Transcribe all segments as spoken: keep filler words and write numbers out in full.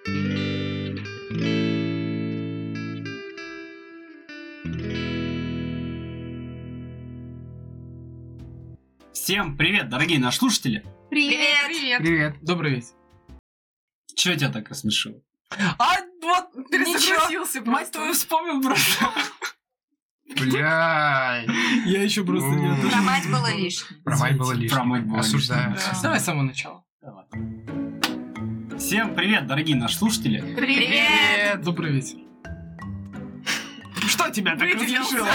Всем привет, дорогие наши слушатели! Привет! Привет! Привет! Добрый вечер! Чё тебя так рассмешило? А, вот, пересогласился просто. Мать твою, вспомнил просто. Бля. Я еще просто не Ну. Про мать было лишнее. Про мать было лишнее. Про мать было Осуждаю. лишнее. Да. Давай с самого начала. Давай. Всем привет, дорогие наши слушатели! Привет! Добрый вечер. Что тебя так Выделился. рассмешило?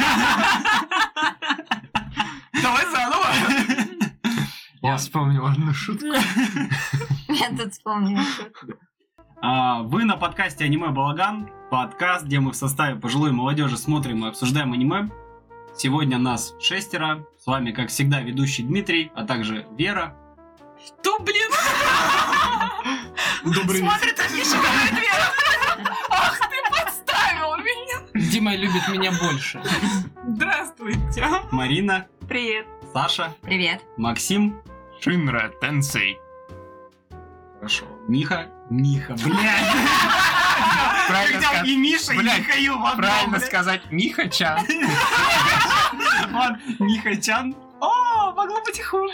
Давай заново. Я вспомнил одну шутку. Я тут вспомнила. А, Вы на подкасте «Аниме Балаган», подкаст, где мы в составе пожилой молодежи смотрим и обсуждаем аниме. Сегодня нас шестеро. С вами, как всегда, ведущий Дмитрий, а также Вера. Что, блин? Добрый вечер. Смотрит, а Миша говорит, Вера. Ах, ты подставил меня. Дима любит меня больше. Здравствуйте. Марина, Привет. Саша, Привет. Максим. Шинра Тенсей. Хорошо. Миха. Миха, блядь. Правильно Когда сказать. и Миша, и Блядь, Михаил в одном, Правильно блядь. сказать Миха-чан. Вот, Миха-чан. О, могло быть и хуже.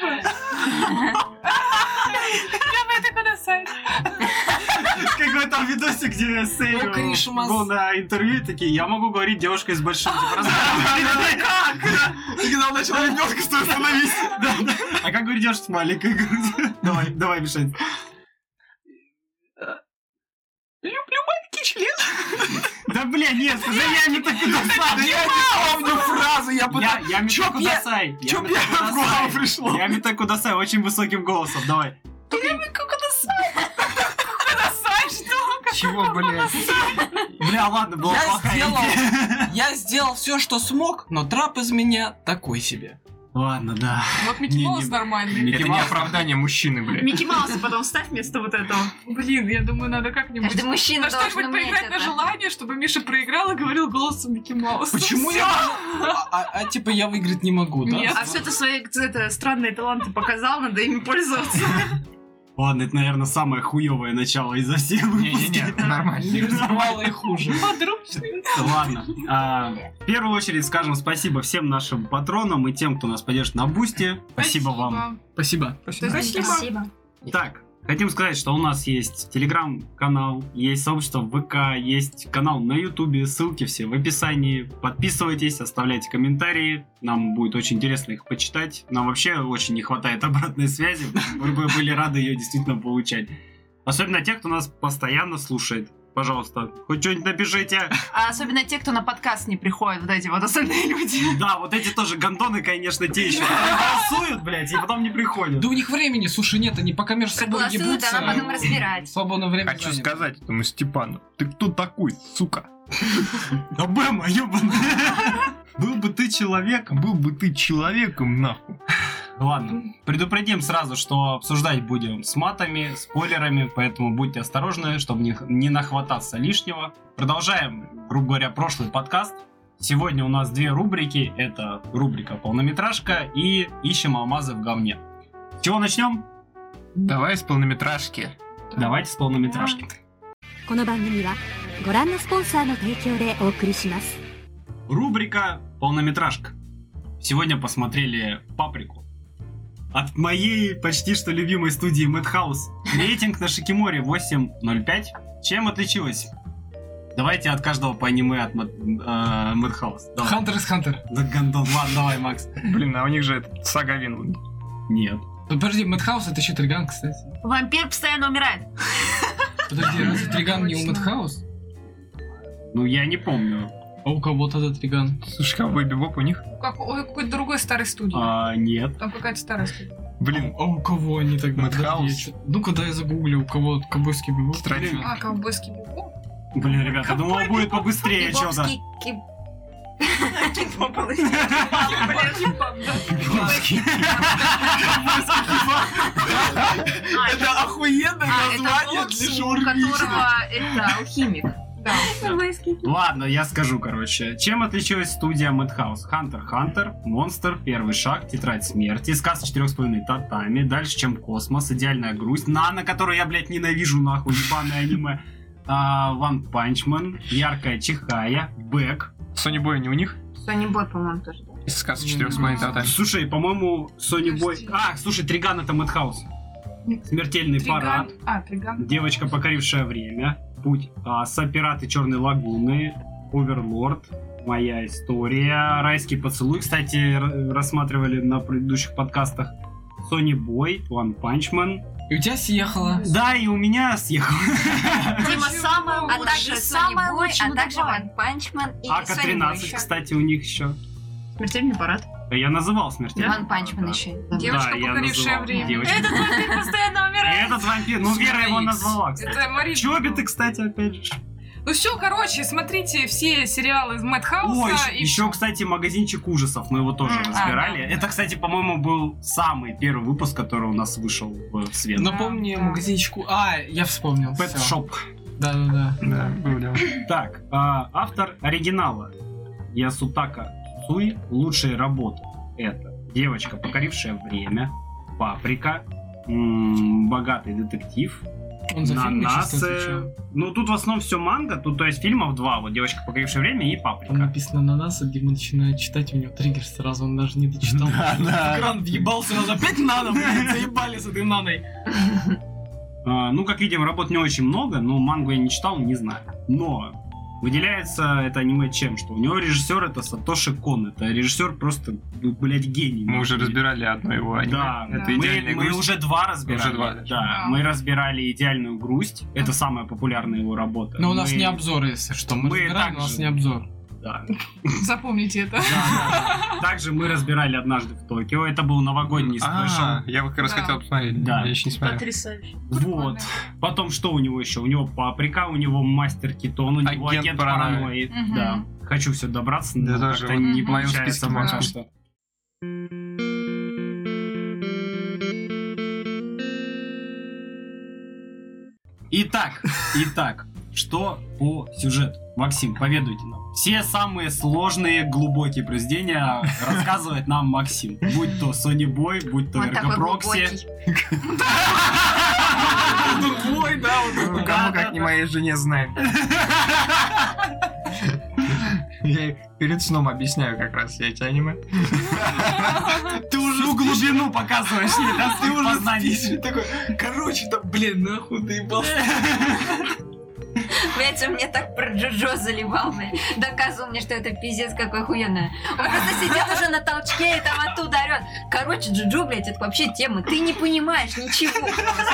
Какой там видосик, где Сэй Ну, Кришмас. был на интервью, такие, я могу говорить девушка из большим типа, размером. Как? И когда он начал ребенка, стой, остановись. Да, да. А как говорить девушка с маленькой грудью? Давай, давай, мешать. Люблю маленький член. Да, бля, нет, скажи, я не так кудасай. Я не помню фразу, я Я, пытаюсь... я Чё Мита б я- Кудасай. чё б я в голову пришло? Я Мита Кудасай, очень высоким голосом, давай. Чего, блядь? Бля, ладно, была Я плохая сделал, идея. я сделал все, что смог, но трап из меня такой себе. Ладно, да. Вот Микки Не, Маус не- нормальный. Микки Это не Маус. оправдание мужчины, блядь. Микки Мауса потом ставь вместо вот этого. Блин, я думаю, надо как-нибудь... Каждый мужчина на должен что-нибудь уметь поиграть на это. желание, чтобы Миша проиграл и говорил голосом Микки Мауса. Почему Всё. я... А, а- а типа я выиграть не могу, да? Нет. А все ты свои это, странные таланты показал, надо ими пользоваться. Ладно, это, наверное, самое хуёвое начало изо всех Не-не-не, выпусков. нормально. Бывало и хуже. Подручный. Ладно. А, в первую очередь скажем спасибо всем нашим патронам и тем, кто нас поддержит на Бусти. Спасибо вам. Спасибо. Спасибо. Так, хотим сказать, что у нас есть телеграм-канал, есть сообщество в ВК, есть канал на ютубе, ссылки все в описании. Подписывайтесь, оставляйте комментарии, нам будет очень интересно их почитать. Нам вообще очень не хватает обратной связи, мы бы были рады ее действительно получать. Особенно те, кто нас постоянно слушает. Пожалуйста, хоть что-нибудь напишите. А особенно те, кто на подкаст не приходит, вот эти вот остальные люди. Да, вот эти тоже гондоны, конечно, те еще. Которые голосуют, блядь, и потом не приходят. Да у них времени, слушай, нет, они пока между собой Согласуют, ебутся. а нам потом разбирать. В свободное время Хочу заняты. сказать этому Степану. Ты кто такой, сука? Да Бэма, ёбаный. Был бы ты человеком. Был бы ты человеком, нахуй. Ладно, предупредим сразу, что обсуждать будем с матами, спойлерами, поэтому будьте осторожны, чтобы не, не нахвататься лишнего. Продолжаем, грубо говоря, прошлый подкаст. Сегодня у нас две рубрики. Это рубрика «Полнометражка» и «Ищем алмазы в говне». С чего начнем? Давай с полнометражки. Давайте с полнометражки. この番組はご覧のスポンサーの提供でお送りします。 Рубрика «Полнометражка». Сегодня посмотрели «Паприку». От моей почти что любимой студии Madhouse. Рейтинг на Шикиморе восемь ноль пять. Чем отличилась? Давайте от каждого по аниме от Мад- э, Madhouse. Давай. Хантер из Хантер. Да гандон. Ладно, давай, Макс. Блин, а у них же это сага Винланд. Нет. Ну, подожди, Мэтхаус это еще Триган, кстати. Вампир постоянно умирает. Подожди, разве Триган не у Точно. Мэтхаус? Ну, я не помню. А у кого тогда Триган? Слушай, Ковбой Бибоп у них? Как, ой, какой-то другой старой студии. А, нет. Там какая-то старая студия. Блин, А у кого они тогда? Madhouse. Подожди, я чё- Ну-ка, дай я загуглю, у кого ковбойский бибоп. Стратег. А, ковбойский бибоп? Блин, ребята, думал, будет побыстрее что-то. Бибопский ки- Кибоповый. Это охуенное А, это босс, у которого это алхимик. Ладно, я скажу, короче. Чем отличилась студия Madhouse? Hunter x Hunter, Монстр, Первый шаг, Тетрадь смерти, Сказ четырех с половиной татами, Дальше, чем космос, Идеальная грусть, Нана, которую я, блядь, ненавижу, нахуй, ебаное аниме, Ван Панчман, Яркая Чихая, Бэк. Сони Бой не у них? Сони Бой, по-моему, тоже. Из Сказ четырех с половиной татами. Слушай, по-моему, Сони Бой... А, слушай, Триган это Madhouse. Смертельный Триган. парад. А, Триган. Девочка, покорившая время. Путь. Аса, Пираты Черной лагуны. Оверлорд. Моя история. Райский поцелуй. Кстати, р- рассматривали на предыдущих подкастах. Сони Бой, One Punch Man. И у тебя съехала. Да, и у меня съехал. Дима, самая А также Сони Бой, а также Ван Панчман и Ака Сони Бой тринадцать, еще. кстати, у них еще. Смертельный парад. Я называл смертельный. Ван Панчман Да. еще. Девочка, Да, я покорившая называл. время. Девочка. Этот вампир постоянно умирает. Этот вампир. Ну, Вера его назвала, кстати. Это Мария. Чобиты, кстати, опять же. Ну все, короче, смотрите все сериалы из Madhouse. Ой, и еще, всё. кстати, магазинчик ужасов, мы его тоже М, разбирали. а, да, Это, да. кстати, по-моему, был самый первый выпуск, который у нас вышел в свет. Напомни Да. магазинчику. А, я вспомнил. Pet всё. Shop. Да-да-да. Да, было дело. Так, а, автор оригинала Ясутака Цуи. Лучшие работы. Это «Девочка, покорившая время», «Паприка», м, «Богатый детектив», Он за фильмы чисто «Нанасе». отвечал. Ну, тут в основном все манга, тут, то есть, фильмов два. Вот «Девочка, покорившая время» и Там «Паприка». написано «Ананас», а Дима начинает читать, у него триггер сразу, он даже не дочитал. В экран въебал сразу, опять нано, блядь, заебали с этой наной. А, ну, как видим, работ не очень много, но мангу я не читал, не знаю. Но выделяется это аниме чем? Что у него режиссер это Сатоши Кон. Это режиссер просто, ну, блядь, гений. Мы уже нахуй. разбирали одно его аниме. Да, Это да. «Идеальная мы, мы грусть». уже два разбирали. Уже два даже. Да, Да. мы разбирали «Идеальную грусть». Это самая популярная его работа. Но у нас Мы- не обзор, если что. Мы мы разбираем, у нас также- не обзор. Да. Запомните это. Да, да, да. Также мы разбирали «Однажды в Токио». Это был новогодний А, спешл. я бы как раз Да. хотел посмотреть. Да. Я еще не смотрел. Потрясающе. Вот. Потом что у него еще? У него «Паприка», у него «Мастер Китон», у него «Агент «Агент Параноид». Параноид». Мгм. Да. Хочу все добраться, Да, но тоже как-то вот не в моем получается списке пока можно. что. Итак, итак, что по сюжету? Максим, поведайте нам. Все самые сложные, глубокие произведения рассказывает нам Максим. Будь то Сони Бой, будь то Он такой Эргопрокси. глубокий. Ой, да, вот Ну, Да, кому да, как не да. моей жене знать. Я ей перед сном объясняю как раз все эти аниме. ты уже Всю глубину показываешь ей, да, ты своих уже познаний. спишь, такой, короче, там, блин, нахуй ты ебался. Блять, он мне так про Джоджо заливал, блядь. Доказывал мне, что это пиздец какой охуенная. Он просто сидел уже на толчке и там оттуда орёт. Короче, Джоджо, блядь, это вообще тема. Ты не понимаешь ничего.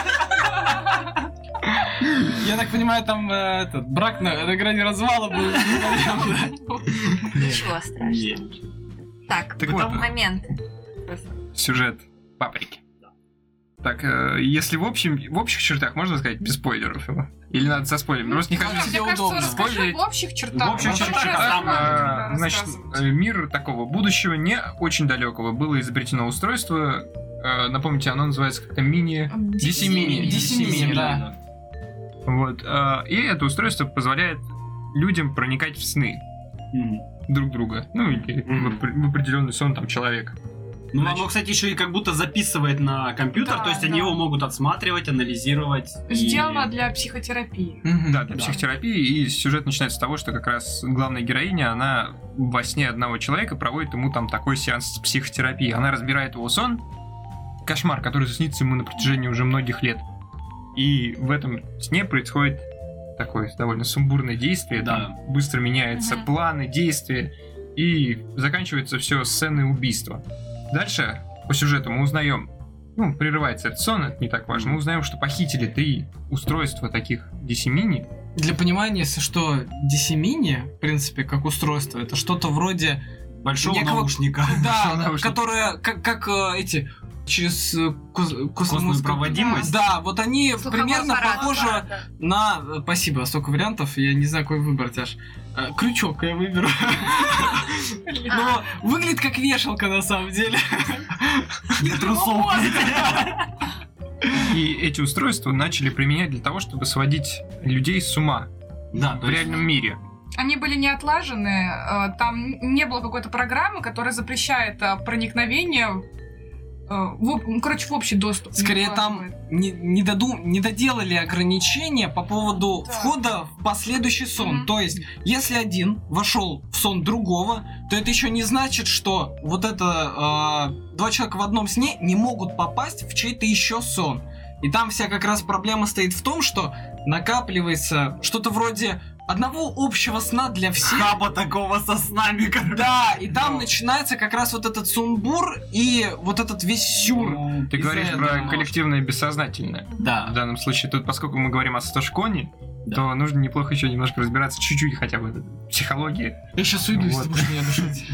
Я так понимаю, там э, этот брак на, на грани развала был. Ничего страшного. Так, Так вот. момент. Сюжет «Паприки». Так, э, если в, общем, в общих чертах можно сказать без спойлеров его? Или надо со спойлерами? Просто не хочу... Тебе Мне кажется, удобно. расскажи Спойлерить. в общих чертах. В общих Потом чертах, рассказывай, там, когда А, Значит, рассказывать. э, мир такого будущего не очень далекого было изобретено устройство. э, Напомните, оно называется как-то мини... ди си Mini. ди си Mini, да. Вот. э, И это устройство позволяет людям проникать в сны Мгм. друг друга. Ну, или Мгм. в опре- в определенный сон там человека. Ну, Значит- оно, кстати, еще и как будто записывает на компьютер, Да, то есть да. они его могут отсматривать, анализировать. и- Сделано для психотерапии. Да, для Да. психотерапии. И сюжет начинается с того, что как раз главная героиня, она во сне одного человека проводит ему там такой сеанс психотерапии. Она разбирает его сон, кошмар, который снится ему на протяжении уже многих лет. И в этом сне происходит такое довольно сумбурное действие. Да. Там быстро меняются Мгм. планы, действия. И заканчивается все сценой убийства. Дальше по сюжету мы узнаем, ну, прерывается этот сон, это не так важно. Мы узнаем, что похитили три устройства таких ди си Mini. Для понимания, если что, ди си Mini, в принципе, как устройство, это что-то вроде... Большого некого- наушника. Да, наушник. которое, как, как э, эти, через э, кос- Костную космос- проводимость. Да, вот они Слуховой примерно аппарат, похожи аппарат, да. на... э, Спасибо, столько вариантов, я не знаю, какой выбрать аж. Э, Крючок я выберу. Но выглядит как вешалка на самом деле. Для трусов. И эти устройства начали применять для того, чтобы сводить людей с ума. Да, в то есть- реальном мире. Они были не отлажены, э, там не было какой-то программы, которая запрещает э, проникновение э, в, об- ну, короче, в общий доступ. не Скорее там отлаживает. не, не, доду, не доделали ограничения по поводу Да. входа в последующий сон. Мгм. То есть, если один вошел в сон другого, то это еще не значит, что вот это э, два человека в одном сне не могут попасть в чей-то еще сон. И там вся как раз проблема стоит в том, что накапливается что-то вроде одного общего сна для всех. Хаба такого со снами, короче. Да, и там начинается как раз вот этот сумбур и вот этот весь сюр. Ну, Ты Из-за говоришь этого про может. коллективное бессознательное. В Да. данном случае, тут, поскольку мы говорим о Стошконе, Да. то нужно неплохо еще немножко разбираться чуть-чуть хотя бы в психологии. Я сейчас уйду, если Вот. ты будешь меня душить.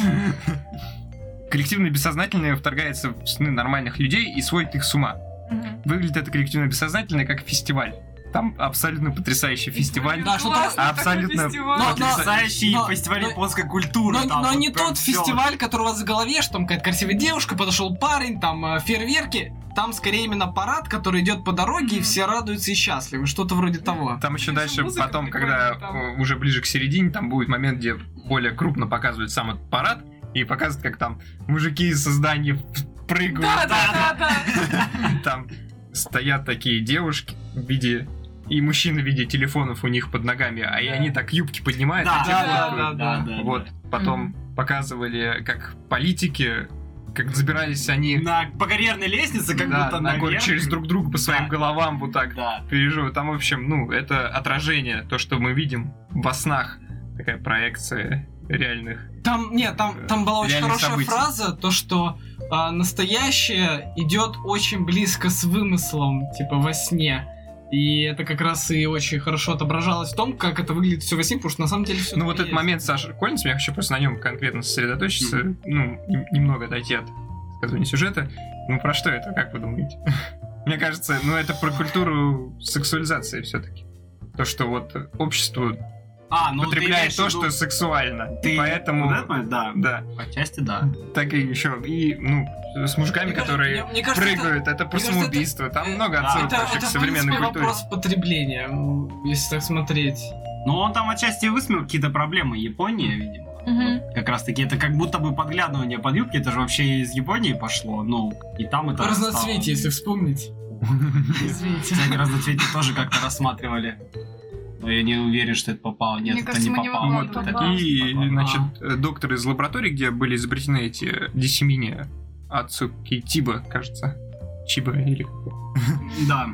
Коллективное бессознательное вторгается в сны нормальных людей и сводит их с ума. Мгм. Выглядит это коллективное бессознательное как фестиваль. Там абсолютно потрясающий фестиваль. Да, что-то Классный такой абсолютно- фестиваль. Но- но- Потрясающий но- фестиваль но- японской культуры. Но, там но вот не прям тот всё. фестиваль, который у вас в голове, что там какая-то красивая девушка, подошел парень, там э, фейерверки. Там скорее именно парад, который идет по дороге, и все радуются и счастливы. Что-то вроде того. Там еще Еще дальше, музыка потом, прикольная когда там. э, уже ближе к середине, там будет момент, где более крупно показывают сам этот парад, и показывают, как там мужики со зданий прыгают. Да, да, да, да. Там стоят такие девушки в виде... И мужчины в виде телефонов у них под ногами, а и они так юбки поднимают. Да, и те да, фоткают. да, да, да. Вот. Потом показывали, как политики, как забирались они На, по карьерной лестнице, как да, будто на гору наверх. через друг друга по своим Да. головам вот так Да. переживают. Там, в общем, ну, это отражение, то, что мы видим во снах. Такая проекция реальных. Там, нет, там, там была очень Реальных хорошая событий. фраза, то, что а, настоящее идет очень близко с вымыслом, типа во сне. И это как раз и очень хорошо отображалось в том, как это выглядит все во сне, потому что на самом деле все. Ну, вот этот момент Саши Коллинс, я хочу просто на нем конкретно сосредоточиться, ну, нем- немного отойти от сказывания сюжета. Ну, про что это, как вы думаете? Мне кажется, ну, это про культуру сексуализации все-таки. То, что вот общество А, ну ты потребляет имеешь в то, виду- что сексуально. ты... Поэтому, вот это момент? Да. да, Отчасти да. так и еще, и, ну, с мужиками, Мне кажется- которые мне- мне кажется, это- прыгают, это, про мне кажется, самоубийство, там э, много да, отсылок Это, вообще это к в современной принципе, культуре. вопрос потребления, м, если так смотреть. Но он там отчасти высмеял какие-то проблемы Японии, видимо. Мгм. Как раз таки, это как будто бы подглядывание под юбки, это же вообще из Японии пошло, ну, и там это... Разноцветие, если вспомнить. Извините. Кстати, разноцветие тоже как-то рассматривали. Но я не уверен, что это попало. Нет, Мне это кажется, не мы не попало. могли Это попасть. так И, попало. значит, э, доктор из лаборатории, где были изобретены эти диссемини Ацуки Тиба, кажется. Чиба или как. Да.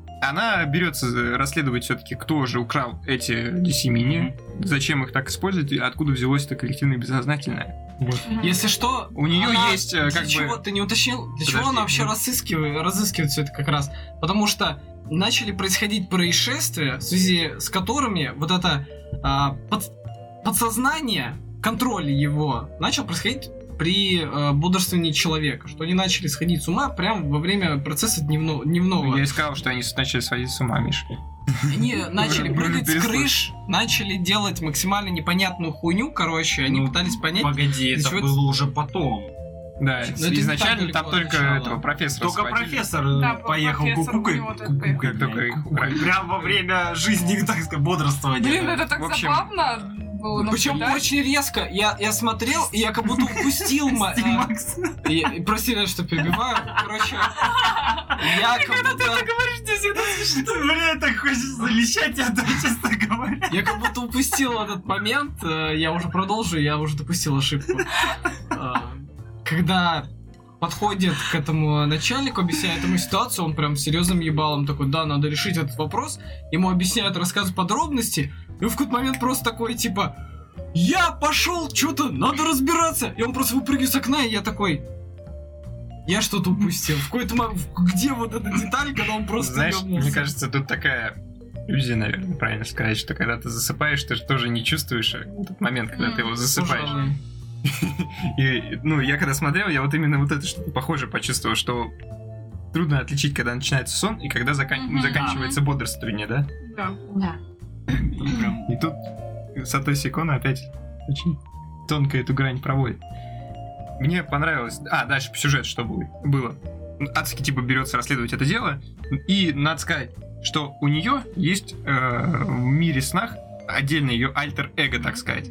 Она берется за- расследовать все-таки, кто же украл эти диссемини, зачем их так использовать, и откуда взялось это коллективное бессознательное. Мгм. Если что, У нее она- есть э, для как чего бы... ты не уточнил, для чего Подожди, она вообще ну. разыскивает, разыскивает все это как раз? Потому что начали происходить происшествия, в связи с которыми вот это а, под- подсознание, контроль его начал происходить при э, бодрствовании человека, что они начали сходить с ума прямо во время процесса дневно- дневного. Я и сказал, что они начали сводить с ума, Миша. Они начали Уже- прыгать уже с перестали. крыш, начали делать максимально непонятную хуйню, короче, они Ну, пытались понять. Погоди, для это чего было уже потом. Да, Но это не изначально так там далеко только от начала. этого профессора Только сводили. профессор Да, поехал профессор кукукой. у него так кукукой, Как только блядь, их кукукой. украли. Прям во время жизни, так сказать, бодрствования. Блин, это так В общем, забавно было Причем наблюдать. очень резко. Я, я смотрел, и я как будто упустил... ма- э, Стимакс. и- и Прости, Рен, что перебиваю. Короче, я как будто... говоришь, здесь это смешно. Бля, так хочется залещать это, честно говоря. Я как будто упустил этот момент. э, Я уже продолжу, я уже допустил ошибку. Э, Когда подходит к этому начальнику, объясняет ему ситуацию, он прям серьезным ебалом такой: да, надо решить этот вопрос. Ему объясняют, рассказывают подробности, и он в какой-то момент просто такой, типа: я пошел, что-то, надо разбираться. И он просто выпрыгивает с окна, и я такой: я что-то упустил. В какой-то момент, где вот эта деталь, когда он просто Знаешь, ёбнулся? мне кажется, тут такая иллюзия, наверное, правильно сказать, что когда ты засыпаешь, ты же тоже не чувствуешь этот момент, когда ты его засыпаешь. Пожалуй. И, ну, я когда смотрел, я вот именно вот это что-то похожее почувствовал, что трудно отличить, когда начинается сон и когда закан- Мгм. заканчивается бодрствование, да? Да. Да. И тут Сатоси Коно опять очень тонко эту грань проводит. Мне понравилось... А, дальше по сюжету что будет? Было. Ацуки типа берется расследовать это дело, и, надо сказать, что у нее есть э, в мире снах отдельно ее альтер-эго, так сказать.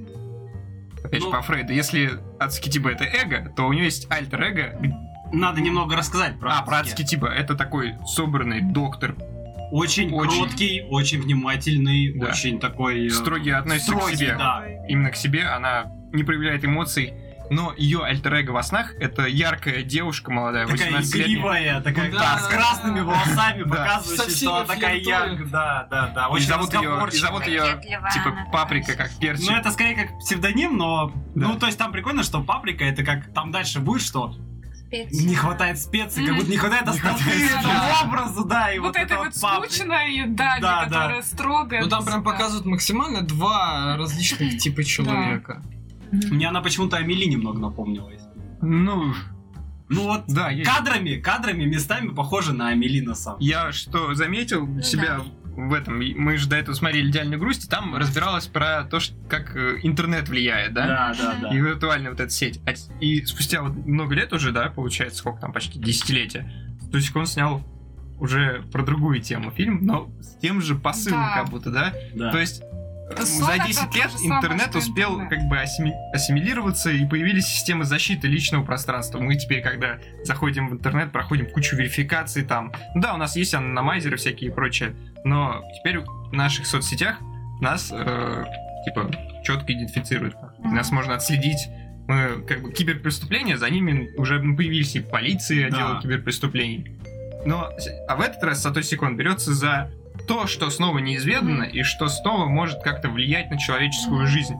Опять же, Ну, по Фрейду, если Ацкитиба это эго, то у нее есть альтер-эго. Надо немного рассказать про А, про Ацки. Ацкитиба. Это такой собранный доктор, Очень, Очень. кроткий, очень внимательный, Да. очень такой... э, строгий относится к строгий, себе. да. Именно к себе она не проявляет эмоций. Но ее альтер-эго во снах это яркая девушка молодая, Такая восемнадцатилетняя. игривая, такая, Да, да, да, с да. красными волосами, Да. показывающая, Со что всеми она такая флиртует. як, да, да, да, И очень зовут ее, и разговорчивая. зовут ее Кокетливая типа она, Паприка, да. как перчик. Ну, это скорее как псевдоним, но... Да. Ну, то есть там прикольно, что паприка, это как... Там дальше будет, что Специи. не хватает специй, как Мгм. будто не хватает Не остроты хватает, этому да. образу, да, и Вот, вот, это это вот паприка. скучная Дами, Да, которая строгая. Ну там прям Да. показывают максимально два различных типа человека. Мне она почему-то Амели немного напомнила. если- Ну, Ну вот, да, есть. кадрами, кадрами местами похожа на Амели на самом деле. Я что заметил для себя в этом, и мы же до этого смотрели «Идеальную грусть», и там разбиралось про то, что, как э, интернет влияет, да? Да, да, да. И виртуальная вот эта сеть. А т- И спустя вот много лет уже, да, получается, сколько там, почти десятилетия, то есть он снял уже про другую тему фильм, но с тем же посылом Да. как будто, да? Да. То есть э, Сон за это десять то лет же самое, интернет что успел интернет. как бы ассими- ассимилироваться, и появились системы защиты личного пространства. Мы теперь, когда заходим в интернет, проходим кучу верификаций там. Ну да, у нас есть анономайзеры всякие и прочее, но теперь в наших соцсетях нас э, типа четко идентифицируют. Нас можно отследить. Мы, как бы, киберпреступления, за ними уже появились и полиции, отделы Да. киберпреступлений. Но, с- а в этот раз Сатоси Кон берется за то, что снова неизведано, и что снова может как-то влиять на человеческую Мгм. жизнь.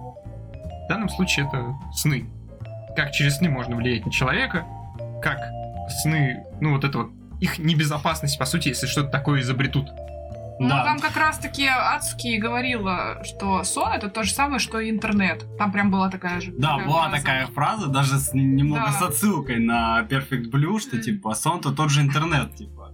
В данном случае это сны. Как через сны можно влиять на человека, как сны, ну вот это вот, их небезопасность, по сути, если что-то такое изобретут. Ну, Да. там как раз-таки Ацуки и говорила, что сон это то же самое, что и интернет. Там прям была такая же. Да, такая была фраза. такая фраза, даже с, немного Да. с отсылкой на Perfect Blue, что Мгм. типа сон-то тот же интернет, типа.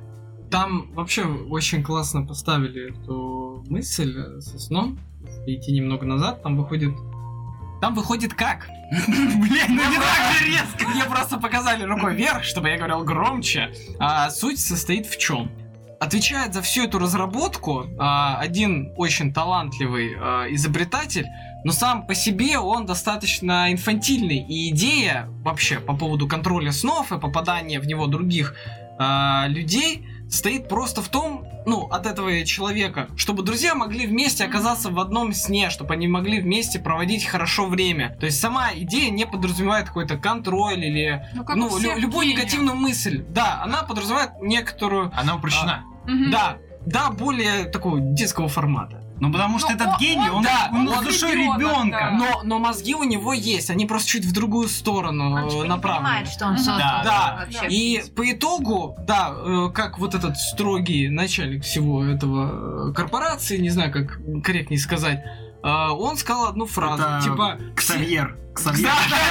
Там вообще очень классно поставили эту мысль э, со сном. Если идти немного назад, там выходит... Там выходит как? Блин, ну не так же резко! Мне просто показали рукой вверх, чтобы я говорил громче. А суть состоит в чем? Отвечает за всю эту разработку а, один очень талантливый а, изобретатель, но сам по себе он достаточно инфантильный. И идея вообще по поводу контроля снов и попадания в него других а, людей состоит просто в том, ну, от этого человека, чтобы друзья могли вместе оказаться в одном сне, чтобы они могли вместе проводить хорошо время. То есть сама идея не подразумевает какой-то контроль или Ну, как ну, у лю- всех любую гениев. негативную мысль. Да, она подразумевает некоторую, Она упрощена. Мгм. да, да, более такого детского формата. Ну потому что Ну, этот он- гений, он, да, он он с душой ребёнок, ребенка. да. Но, но мозги у него есть, они просто чуть в другую сторону Он э, типа не направлены. понимает, что он Мгм. создал. Да, да. вообще. И по итогу, да, э, как вот этот строгий начальник всего этого э, корпорации, не знаю, как корректнее сказать, э, он сказал одну фразу, Это типа... Ксавьер. Ксавьер.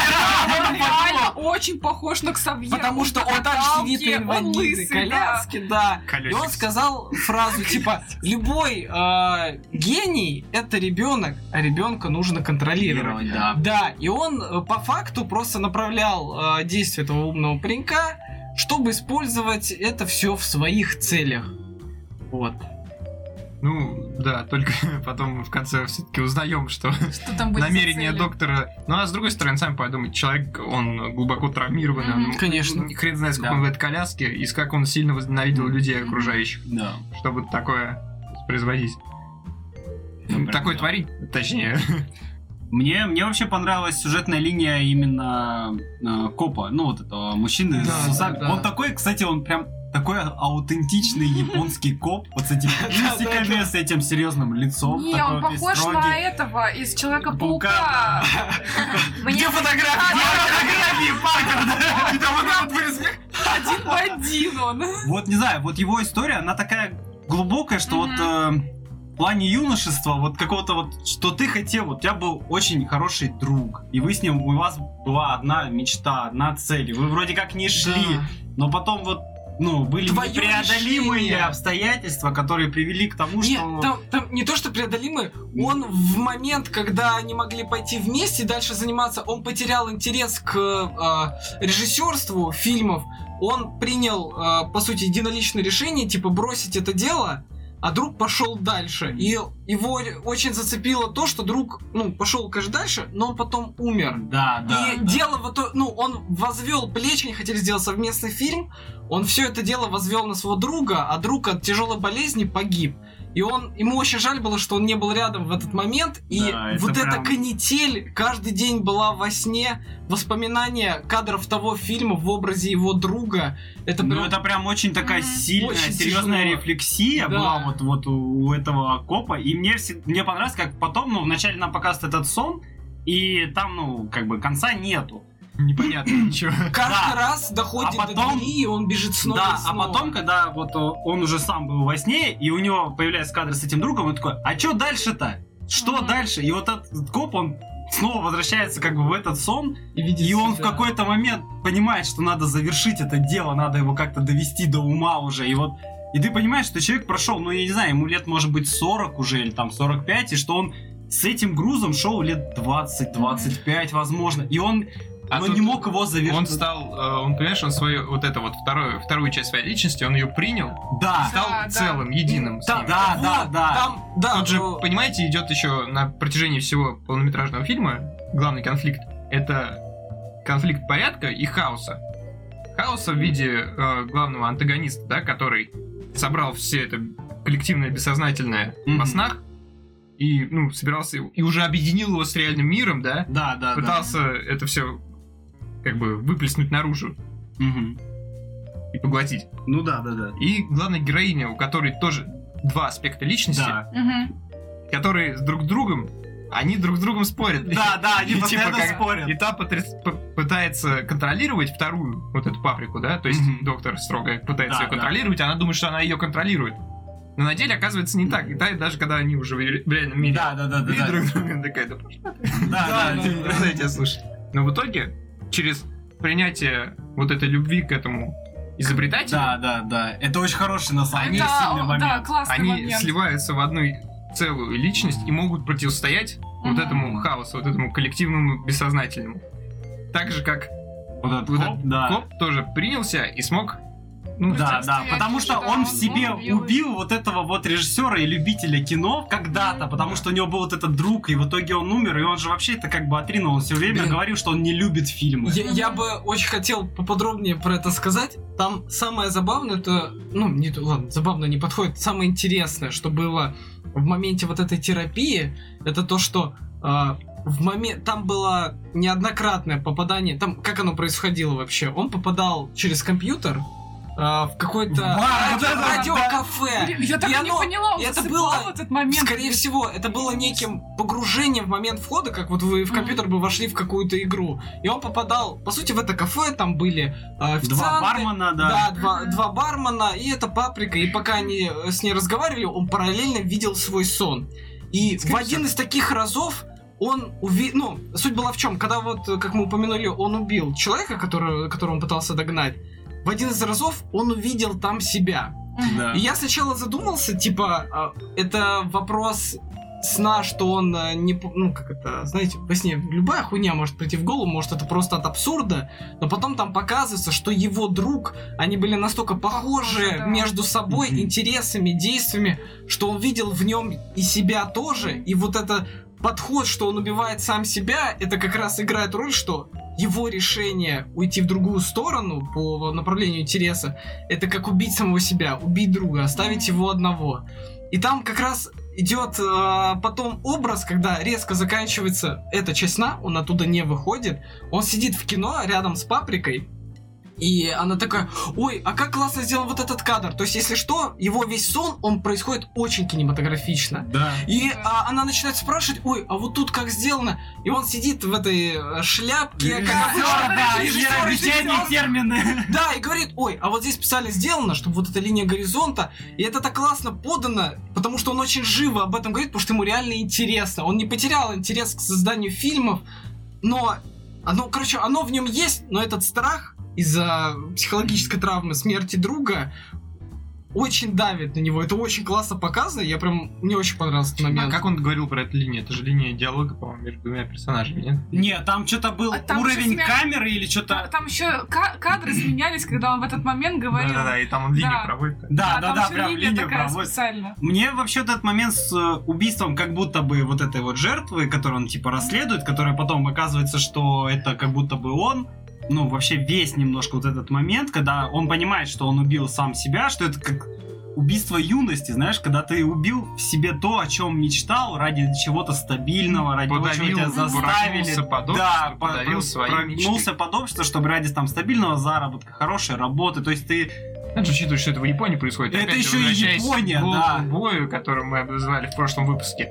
Он реально очень похож на Ксавьера. Потому что он там сидит на инвалидной коляске, да. И Колесик. он сказал фразу типа: любой э, гений это ребенок, а ребенка нужно контролировать. Да. Да, и он э, по факту просто направлял э, действия этого умного паренька, чтобы использовать это все в своих целях. Вот. Ну, да, только потом в конце все-таки узнаем, что Что там были за намерение цели? доктора... Ну, а с другой стороны, сами подумайте, человек, он глубоко травмированный, Мгм. он, Конечно. ну, хрен знает, сколько Да. он в этой коляске, и с как он сильно возненавидел людей окружающих, Да. чтобы такое производить. Да, Такое да. творить, точнее. Мне, мне вообще понравилась сюжетная линия именно э, копа, ну вот этого мужчины Да, с усами. да, да. Он такой, кстати, он прям такой аутентичный японский коп, вот с этими усиками, с этим серьезным лицом. Не, такой он вот весь похож строгий. на этого из Человека-паука. Паука, Мне Где фотографии? Где фотографии Паркера? И там вот так вот вырез. Один в один он. Вот не знаю, вот его история, она такая глубокая, что вот э, в плане юношества, вот какого-то вот, что ты хотел, вот у тебя был очень хороший друг, и вы с ним, у вас была одна мечта, одна цель, и вы вроде как не шли, Да. но потом вот, ну, были Твоё непреодолимые решение. обстоятельства, которые привели к тому, Нет, что... там, там не то, что преодолимый, он в момент, когда они могли пойти вместе и дальше заниматься, он потерял интерес к э, режиссерству фильмов, он принял, э, по сути, единоличное решение, типа, бросить это дело а друг пошел дальше. И его очень зацепило то, что друг, ну, пошел, конечно, дальше, но он потом умер. Да, да. И дело в то, ну, он возвел плечи, они хотели сделать совместный фильм, он все это дело возвел на своего друга, а друг от тяжелой болезни погиб. И он, ему очень жаль было, что он не был рядом в этот момент, и Да, это вот прям- эта канитель каждый день была во сне, воспоминания кадров того фильма в образе его друга. Это Ну, прям... это прям очень такая Мгм. сильная, Очень серьезная тяжело. рефлексия Да. была вот, вот у, у этого копа. И мне, все- мне понравилось, как потом, ну, вначале нам показывают этот сон, и там, ну, как бы конца нету. Непонятно ничего. Каждый Да. раз доходит А потом- до двери, и он бежит снова Да, и снова. а потом, когда вот о, он уже сам был во сне, и у него появляется кадр с этим другом, он такой, а что дальше-то? Что Мгм. дальше? И вот этот коп, он снова возвращается как бы в этот сон, И, видит и он в себя. какой-то момент понимает, что надо завершить это дело, надо его как-то довести до ума уже, и вот и ты понимаешь, что человек прошел, ну я не знаю, ему лет может быть сорок уже или там сорок пять, и что он с этим грузом шел лет двадцать двадцать пять, возможно, и он А но тут не мог его завершить. Он стал, э, он, понимаешь, он свою, вот это вот вторую, вторую часть своей личности, он ее принял, Да, стал Да, да. целым, единым с Да, ним. да, вот, да, да. Там, да, Тут же, э, понимаете, идет еще на протяжении всего полнометражного фильма главный конфликт. Это конфликт порядка и хаоса. Хаоса в виде э, главного антагониста, да, который собрал все это коллективное бессознательное Мгм. во снах и, ну, собирался и уже объединил его с реальным миром, да, да, да, да. пытался это все как бы выплеснуть наружу Мгм. и поглотить. Ну да, да, да. И главная героиня, у которой тоже два аспекта личности, Да. Мгм. которые с друг с другом, они друг с другом спорят. Да, да, они И постоянно как- спорят. И та потряс- п- пытается контролировать вторую вот эту паприку, да, то есть Мгм. доктор строго пытается Да, ее да. контролировать, она думает, что она ее контролирует. Но на деле оказывается не так. И та, даже когда они уже в ре- в реальном мире Да, да, да, да. видят да. друг друга, она такая, да пошла ты. Да, да, Да, да, да, да. Да, я тебя слушаю. Но в итоге, через принятие вот этой любви к этому изобретателю, Да, да, да. Это очень хороший, на самом Это, деле, сильный да, момент. классный они момент. сливаются в одну целую личность и могут противостоять вот Мгм. этому хаосу, вот этому коллективному бессознательному. Так же, как Вот этот вот коп, этот да. коп тоже принялся и смог... Ну, Да, да, Противостоять потому что уже, да, он он в себе убил убил вот этого вот режиссера и любителя кино когда-то, потому что у него был вот этот друг, и в итоге он умер, и он же вообще это как бы отринул, он все время Блин. говорил, что он не любит фильмы. Я, я бы очень хотел поподробнее про это сказать. Там самое забавное, это, ну, не, то- ладно, забавно не подходит, самое интересное, что было в моменте вот этой терапии, это то, что а, в момент, там было неоднократное попадание, там, как оно происходило вообще? Он попадал через компьютер а, в какое-то В бар, радио- да, да, да. радиокафе. Блин, я так И и не оно- поняла, он это засыпал было- в этот момент. Скорее всего, это было неким погружением в момент входа, как вот вы в Мгм. компьютер бы вошли в какую-то игру. И он попадал, по сути, в это кафе, там были э, официанты. Два бармена, да. Да, два, Мгм. два бармена, и эта паприка. И пока они э, с ней разговаривали, он параллельно видел свой сон. И в один из таких разов он увидел... Ну, суть была в чем? Когда вот, э, как мы упомянули, он убил человека, который, которого он пытался догнать, в один из разов он увидел там себя. Да. И я сначала задумался, типа, а, это вопрос сна, что он а, не... п- Ну, как это, знаете, во сне любая хуйня может прийти в голову, может, это просто от абсурда, но потом там показывается, что его друг, они были настолько похожи Похожи, да. между собой, Мгм. интересами, действиями, что он видел в нем и себя тоже, и вот это подход, что он убивает сам себя, это как раз играет роль, что его решение уйти в другую сторону по направлению интереса, это как убить самого себя, убить друга, оставить его одного. И там как раз идет э, потом образ, когда резко заканчивается эта часть сна, он оттуда не выходит, он сидит в кино рядом с паприкой, и она такая, ой, а как классно сделан вот этот кадр. То есть, если что, его весь сон, он происходит очень кинематографично. Да. И а, она начинает спрашивать, ой, а вот тут как сделано? И он сидит в этой э, шляпке, как обычно, Да, режиссер, необычайные режиссер. термины. Да, и говорит, ой, а вот здесь специально сделано, чтобы вот эта линия горизонта, и это так классно подано, потому что он очень живо об этом говорит, потому что ему реально интересно. Он не потерял интерес к созданию фильмов, но оно, короче, оно в нем есть, но этот страх из-за психологической травмы смерти друга, очень давит на него. Это очень классно показано. Я прям... Мне очень понравился этот А момент. как он говорил про эту линию? Это же линия диалога, по-моему, между двумя персонажами, нет? Не, там что-то был А там уровень же смя- камеры или Там, что-то... там еще ка- кадры сменялись, когда он в этот момент говорил. Да-да-да, и там он линию Да. проводит. Да, да, там да, ещё прям линия линию такая проводит. специально. Мне вообще этот момент с э, убийством как будто бы вот этой вот жертвы, которую он типа расследует, которая потом оказывается, что это как будто бы он, ну вообще весь немножко вот этот момент, когда он понимает, что он убил сам себя, что это как убийство юности, знаешь, когда ты убил в себе то, о чем мечтал, ради чего-то стабильного, ради того, чего тебя заставили. Прогнулся под общество, Да, по- подавил про- свои прогнулся мечты. под общество, чтобы ради там стабильного заработка, хорошей работы, то есть ты... Надо учитывать, что это в Японии происходит. Это Опять же, еще и возвращаясь Япония, к Голден да. Бою, который мы обсуждали в прошлом выпуске.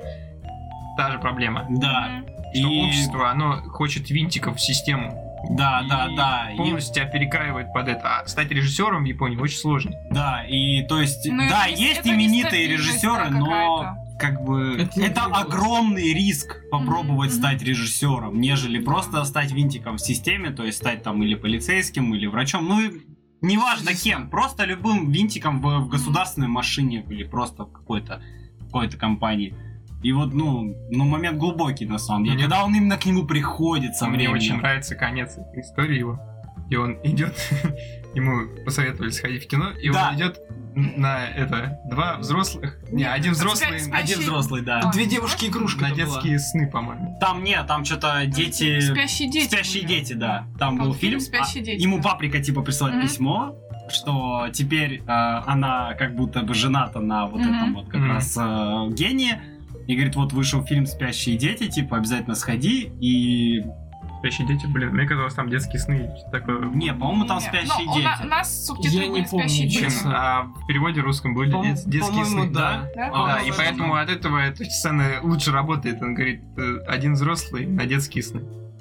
Та же проблема. Да. Что И- общество, оно хочет винтиков в систему. Да, и да, да. И- полностью тебя перекраивает под это. А стать режиссером в Японии очень сложно. Да, и то есть, Ну, да, это не- есть это не именитые стабильность, режиссеры, да, но какая-то. как бы Это это, не прикол. огромный риск попробовать Мгм, стать режиссером, нежели просто стать винтиком в системе, то есть стать там или полицейским, или врачом, ну и неважно кем, просто любым винтиком в, в государственной машине или просто в какой-то какой-то компании. И вот, ну, ну, момент глубокий, на самом деле. Мне- Когда он именно к нему приходит со Мне временем. очень нравится конец этой истории его. И он идет, ему посоветовали сходить в кино, и Да. он идет на это два взрослых, не, один взрослый спя- Один спящий- взрослый, да. А, Две девушки и кружка на это была. детские сны, по-моему. Там нет, там что-то дети... Спящие дети. Спящие были. дети, да. Там, Там был фильм фильм. «Спящие а, дети», Ему да. паприка типа присылает Мгм. письмо, что теперь э, она как будто бы жената на вот Мгм. этом вот как Мгм. раз э, гении. И говорит, вот вышел фильм «Спящие дети», типа обязательно сходи. И... Спящие дети, блин, мне казалось, там детские сны, что-то такое. Не, по-моему, там Не, «Спящие ну, у дети». на- У нас субтитры Я не были помню, «Спящие честно. дети». Чем, а в переводе русском были По- дет- детские по-моему, сны. да. Да? Да, А, и вот поэтому от этого эта сцена лучше работает. Он говорит, э, один взрослый на детские сны.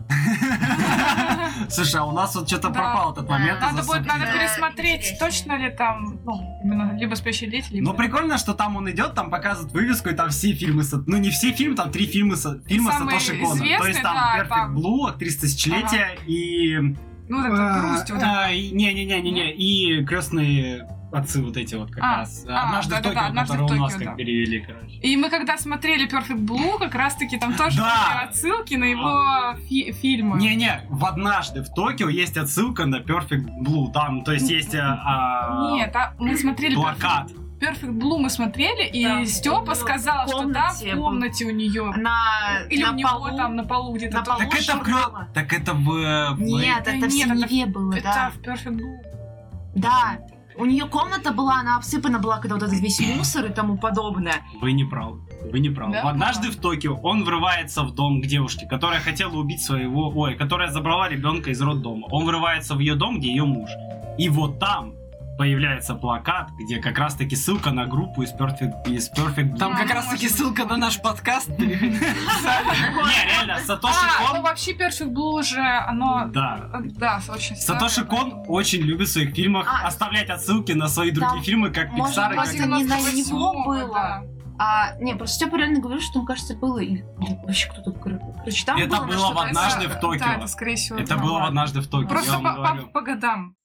Слушай, а у нас вот что-то Да. пропал этот Да. момент. Надо из-за будет, надо субтитров. пересмотреть, интереснее. точно ли там, ну, именно либо «Спящие дети», либо... Но прикольно, что там он идет, там показывают вывеску, и там все фильмы... Са- Ну, не все фильмы, там три фильма, Са- фильма Самые Сатоши Коно. То известные, есть там да, Perfect там. Blue, актриса тысячелетия, и... Ну, вот это грусть, вот это. А, и- Не-не-не-не-не, и крестные отцы вот эти вот как А, раз. а, Однажды в да-да-да, Токио, «Однажды в которые у нас Токио», как да. перевели, короче. И мы когда смотрели Perfect Blue, как раз-таки там тоже Да. были отсылки на его фи- фильмы. Не-не, в «Однажды в Токио» есть отсылка на Perfect Blue. Там, то есть, есть а, а, Нет, а мы смотрели плакат. Perfect, Perfect Blue, мы смотрели, и Да, Степа было сказал, в что да, в комнате был. комнате у нее. На, Или на у него полу. там на полу где-то. на тоже. полу Так это, в, журнала. Крё- так это в... в- Нет, Да это в нет, это- Синеве было, Это да. в Perfect Blue. Да. У нее комната была, она обсыпана была, когда вот этот весь мусор и тому подобное. Вы не правы. Вы не правы. Да? В «Однажды в Токио» он врывается в дом к девушке, которая хотела убить своего... Ой, которая забрала ребенка из роддома. Он врывается в ее дом, где ее муж. И вот там появляется плакат, где как раз-таки ссылка на группу из Perfect, из Perfect Blue. Там как Ну, раз таки может ссылка на наш подкаст. Переходите. Не, реально, Сатоши А, ну Кон... вообще Perfect Blue же, оно... Да. Да, очень Сатоши старое. Кон очень любит в своих фильмах А, оставлять отсылки на свои другие там, фильмы, как может Pixar и быть, как... это не на девяносто него восьмого, было. да. А, не, просто Степа реально говорил, что, мне кажется, было и или вообще кто-то, кор- короче, там Это было, было что-то- в «Однажды Это- в Токио». Да, это скорее всего. Это там. было в «Однажды в Токио», Просто я вам по, по- говорю. по годам.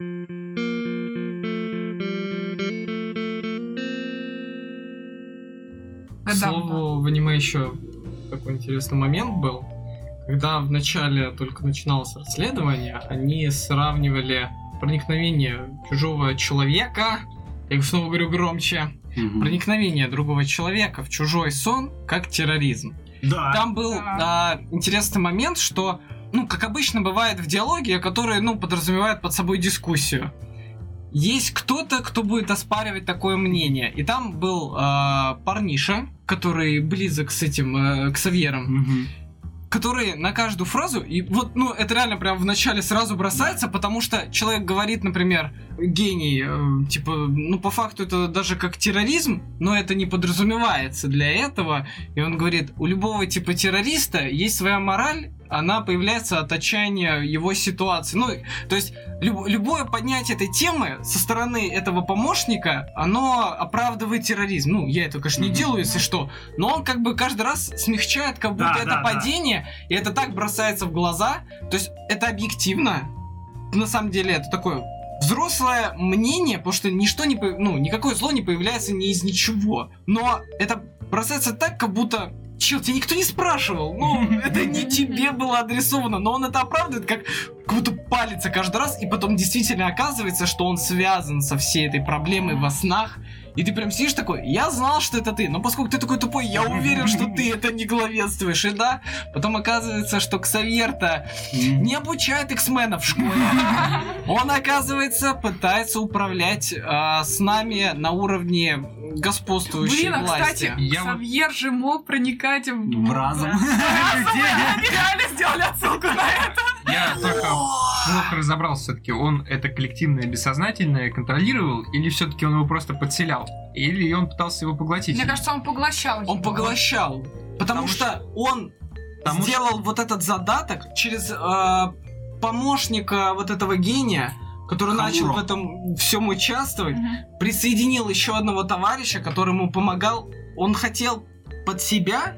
К Годам, слову, в аниме еще такой интересный момент был. Когда в начале только начиналось расследование, они сравнивали проникновение чужого человека, я снова говорю громче, Мгм. проникновение другого человека в чужой сон как терроризм. Да. Там был Да. а, интересный момент, что, ну, как обычно бывает в диалоге, который, ну, подразумевает под собой дискуссию. Есть кто-то, кто будет оспаривать такое мнение. И там был а, парниша, который близок с этим, э, к Савьерам, Мгм. который на каждую фразу, и вот, ну, это реально прям в начале сразу бросается, потому что человек говорит, например, гений, э, типа, ну, по факту это даже как терроризм, но это не подразумевается для этого, и он говорит, у любого типа террориста есть своя мораль, она появляется от отчаяния его ситуации. Ну, то есть, люб- любое поднятие этой темы со стороны этого помощника, оно оправдывает терроризм. Ну, я это, конечно, не Мгм. делаю, если что, но он как бы каждый раз смягчает, как будто Да, это да, да. падение, и это так бросается в глаза. То есть это объективно. На самом деле это такое взрослое мнение, потому что ничто не, по- ну, никакое зло не появляется ни из ничего. Но это бросается так, как будто... Чел, тебя никто не спрашивал. Ну, это не тебе было адресовано. Но он это оправдывает, как, как будто палится каждый раз. И потом действительно оказывается, что он связан со всей этой проблемой во снах. И ты прям сидишь такой, я знал, что это ты, но поскольку ты такой тупой, я уверен, что ты это не главенствуешь. И да, потом оказывается, что Ксавьер-то не обучает X-менов в школе. Он, оказывается, пытается управлять а, с нами на уровне господствующей Блин, а власти. кстати, Я вот- Ксавьер же мог проникать в... В разум. Они реально сделали отсылку на это. Я только плохо разобрался все-таки, он это коллективное бессознательное контролировал, или все-таки он его просто подселял? Или он пытался его поглотить? Мне кажется, он поглощал его. Он поглощал. Потому, Потому что он Потому сделал вот этот задаток через э, помощника вот этого гения, который Хамуро. начал в этом всем участвовать, Мгм. присоединил еще одного товарища, который ему помогал. Он хотел под себя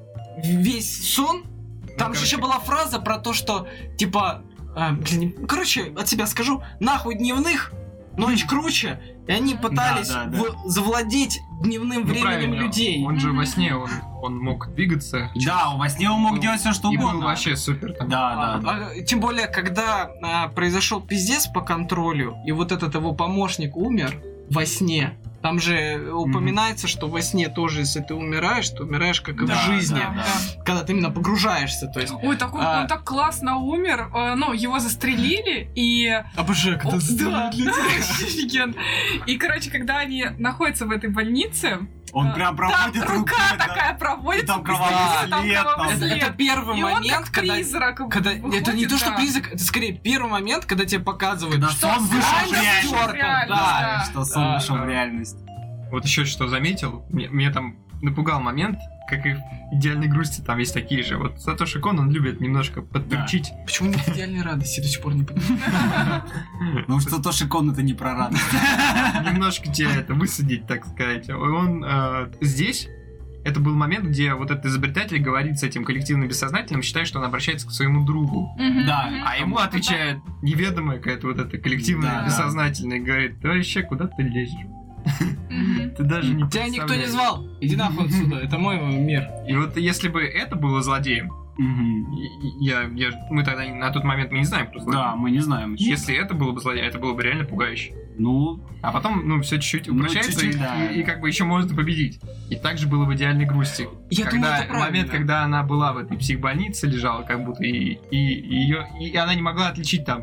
весь сон. Там же короче. еще была фраза про то, что типа, э, блин, не- короче, от себя скажу, нахуй дневных, ночь круче. И они пытались да, да. в- завладеть дневным Ну, временем правильно, людей. Он же Мгм. во сне, он, он мог двигаться. Да, во сне он мог Был- делать все, что И был угодно. вообще супер. Там. Да, да, да. А, тем более, когда а, произошел пиздец по контролю, и вот этот его помощник умер во сне. Там же упоминается, что во сне тоже, если ты умираешь, ты умираешь как и Да, в жизни. да, да. Когда ты именно погружаешься, то есть. Ой, такой, А. он так классно умер. э, Ну, его застрелили, и... Обожаю, О, да, офигенно. И, короче, когда они находятся в этой больнице, Он а, прям там проводит рука рукой, да. такая проводится, И там быстрее, кровавый там след, кровавый там. Это, след. это первый И он момент, как когда. призрак Когда, это не выходит, то, что да. призрак, это скорее первый момент, когда тебе показывают, Когда что сон вышел в грань реальность. стёрта, Реальность, да. да. Что сон А, вышел а. в реальность. Вот еще что заметил, мне, меня там напугал момент, как и в «Идеальной грусти» там есть такие же. Вот Сатоши Кон, он любит немножко подперчить. Почему нет идеальной радости? Я до сих пор не понимаю. Ну что Тоши Кон это не про радость. Немножко тебя это высадить, так сказать. Он э, здесь, это был момент, где вот этот изобретатель говорит с этим коллективным бессознательным, считая, что он обращается к своему другу. Мгм, Да, мгм. А ему отвечает неведомая какая-то вот эта коллективная Да. бессознательная, и говорит, ты вообще куда ты лезешь? Мгм. Ты даже не Тебя никто не представляешь». звал. Иди нахуй отсюда, это мой мир. И вот если бы это было злодеем, Мгм. я, я, мы тогда на тот момент мы не знаем, кто злодей. Да, мы не знаем. еще. Если это было бы злодей, это было бы реально пугающе. Ну, А потом, ну, все чуть-чуть Ну, упрощается, чуть-чуть, и, да. и- и как бы еще можно победить. И также было в «Идеальной грусти». Я когда думаю, это правильно. момент, когда она была в этой психбольнице, лежала как будто, и, и, ее, и она не могла отличить там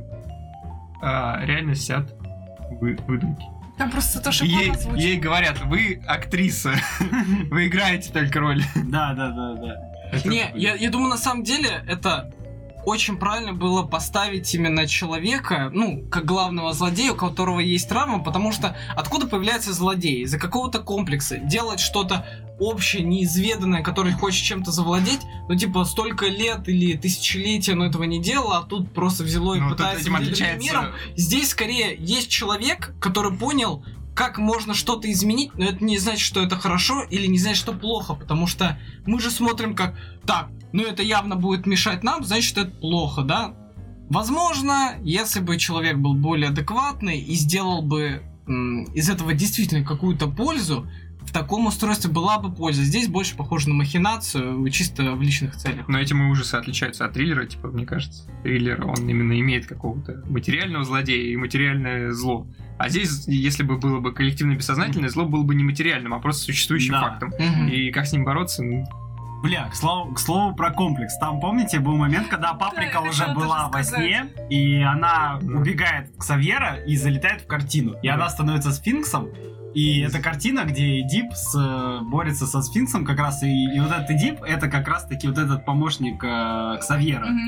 а, реальность от вы- выдумки. Там просто то, И что ей, звучит. ей говорят, вы актриса, вы играете только роль. да, да, да, да. Это- Не, я, я думаю, на самом деле, это очень правильно было поставить именно человека, ну, как главного злодея, у которого есть травма, потому что откуда появляется злодей? Из-за какого-то комплекса. Делать что-то общее, неизведанное, который хочет чем-то завладеть, ну, типа, столько лет или тысячелетия оно этого не делало, а тут просто взяло и Ну, тут пытается этим владеть отличается... миром. Здесь скорее есть человек, который понял, как можно что-то изменить, но это не значит, что это хорошо, или не значит, что плохо, потому что мы же смотрим как, так, ну это явно будет мешать нам, значит, это плохо, да? Возможно, если бы человек был более адекватный и сделал бы м, из этого действительно какую-то пользу, в таком устройстве была бы польза. Здесь больше похоже на махинацию, чисто в личных целях. Но этим и ужасы отличаются от триллера, типа, мне кажется. Триллер, он именно имеет какого-то материального злодея и материальное зло. А здесь, если бы было бы коллективное бессознательное, зло было бы не материальным, а просто существующим Да. фактом. Мгм. И как с ним бороться, ну, Бля, к слову, к слову про комплекс. Там, помните, был момент, когда Паприка я уже хотела была тоже во сказать. сне, и она Да. убегает к Ксавьера и залетает в картину. И Да. она становится сфинксом. И это картина, где Эдип с, э, борется со сфинксом как раз. И, и вот этот Эдип, это как раз-таки вот этот помощник э, Ксавьера. Мгм.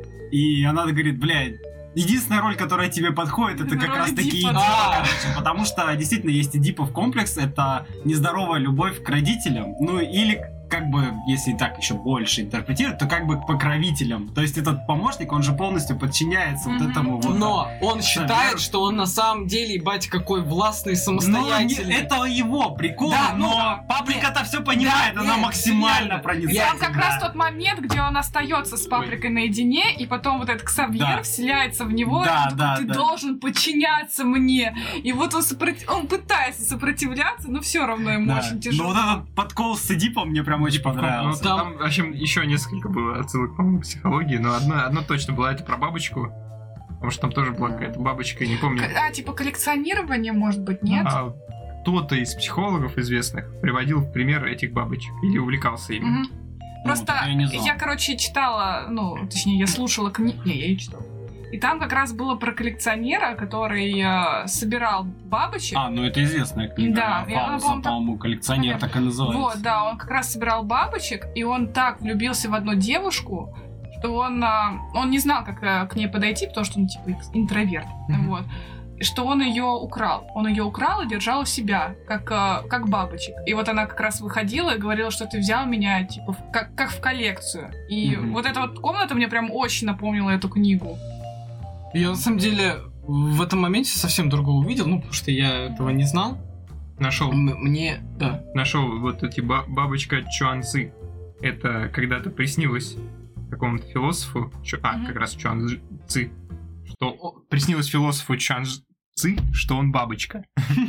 И она говорит, блядь, единственная роль, которая тебе подходит, это как Роль раз таки Эдипа, Эдипа, да. короче. Потому что действительно есть Эдипов комплекс, это нездоровая любовь к родителям. Ну или как бы, если так еще больше интерпретировать, то как бы к покровителям. То есть этот помощник, он же полностью подчиняется Мгм. вот этому вот. Но он считает, Совер- что он на самом деле, ебать, какой властный, Но самостоятельный. не- это его прикол, Да, ну, но паприка-то все понимает, да, она нет, максимально реально. проницательна. Там как раз тот момент, где он остается с паприкой наедине, и потом вот этот Ксавьер Да. вселяется в него, Да, и такой, да, ты да. должен подчиняться мне. И вот он, сопротив- он пытается сопротивляться, но все равно ему Да. очень Но тяжело. вот этот подкол с Эдипом мне прям очень Ну, понравился. там, Там- в общем, еще несколько было отсылок, по-моему, к психологии, но одно, одно точно было, это про бабочку. Потому что там тоже была какая-то бабочка, не помню. К- А, типа коллекционирование, может быть, нет? А кто-то из психологов известных приводил в пример этих бабочек или увлекался ими. Мгм. Просто так я не знал. я, короче, читала, ну, точнее, я слушала книгу. Не, я ее читала. И там как раз было про коллекционера, который э, собирал бабочек. А, ну это известная книга. Да, я, Фауста, по-моему, так- по-моему, коллекционер так и называется. Вот, да, он как раз собирал бабочек, и он так влюбился в одну девушку, что он, а, он не знал, как а, к ней подойти, потому что он типа экс- интроверт, Мгм. вот. И что он ее украл. Он ее украл и держал у себя, как, а, как бабочек. И вот она как раз выходила и говорила, что ты взял меня, типа, в- как, как в коллекцию. И Мгм. вот эта вот комната мне прям очень напомнила эту книгу. Я на самом деле в этом моменте совсем другого увидел, ну, потому что я этого не знал. Нашел, М- Мне, да. нашел вот эти ба- бабочка Чуанцзы. Это когда-то приснилось какому-то философу, Чу- а, Мгм. как раз Чуанцзы, что о, приснилось философу Чуанцзы, что он бабочка.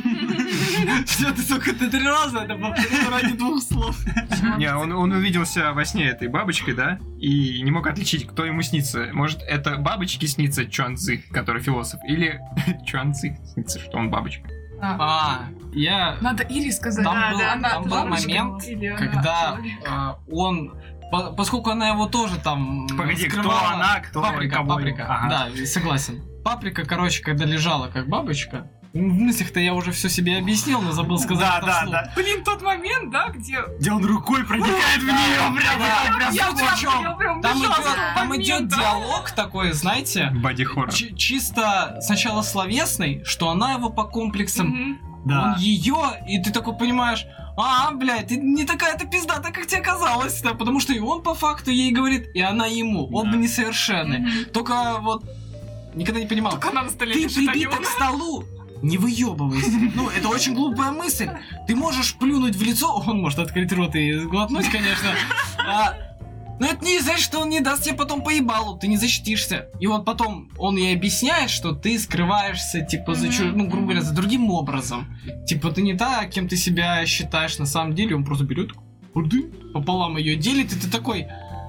Все, ты, сука, ты три раза это повторил ради двух слов. Не, он, он увиделся во сне этой бабочкой, да, и не мог отличить, кто ему снится. Может, это бабочке снится Чуанцзы, который философ, или Чуанцзы снится, что он бабочка. А, А, я... надо Ире сказать. Там Да, был- да, она там был бабочка момент, или она когда человек. а, он... по- Поскольку она его тоже там Погоди, кто скрывала- она, кто Паприка, кого? паприка. Ага. Да, согласен. Паприка, короче, когда лежала как бабочка, в мыслях-то я уже все себе объяснил, но забыл сказать Да, это да, вслух. да. Блин, тот момент, да, где... Где он рукой проникает в нее, прям, да, прям, Я прям, прям- причём я прям Там бежала идет, с этого там идет момента. диалог такой, знаете, Боди-хоррор. чи- чисто сначала словесный, что она его по комплексам, Мгм. Да. он ее, и ты такой понимаешь, а, блядь, ты не такая-то пиздата, как тебе казалось, да, потому что и он по факту ей говорит, и она ему, оба Да. несовершенны. Мгм. Только вот никогда не понимал, Только она на столе ты лежит, а не прибита он. к столу, не выебывайся. Ну, это очень глупая мысль. Ты можешь плюнуть в лицо, он может открыть рот и сглотнуть, конечно. А, но это не значит, что он не даст тебе потом поебалу, ты не защитишься. И вот потом он ей объясняет, что ты скрываешься, типа, за чу- ну, грубо говоря, за другим образом. Типа, ты не та, кем ты себя считаешь на самом деле. Он просто берет, пополам ее делит, и ты такой...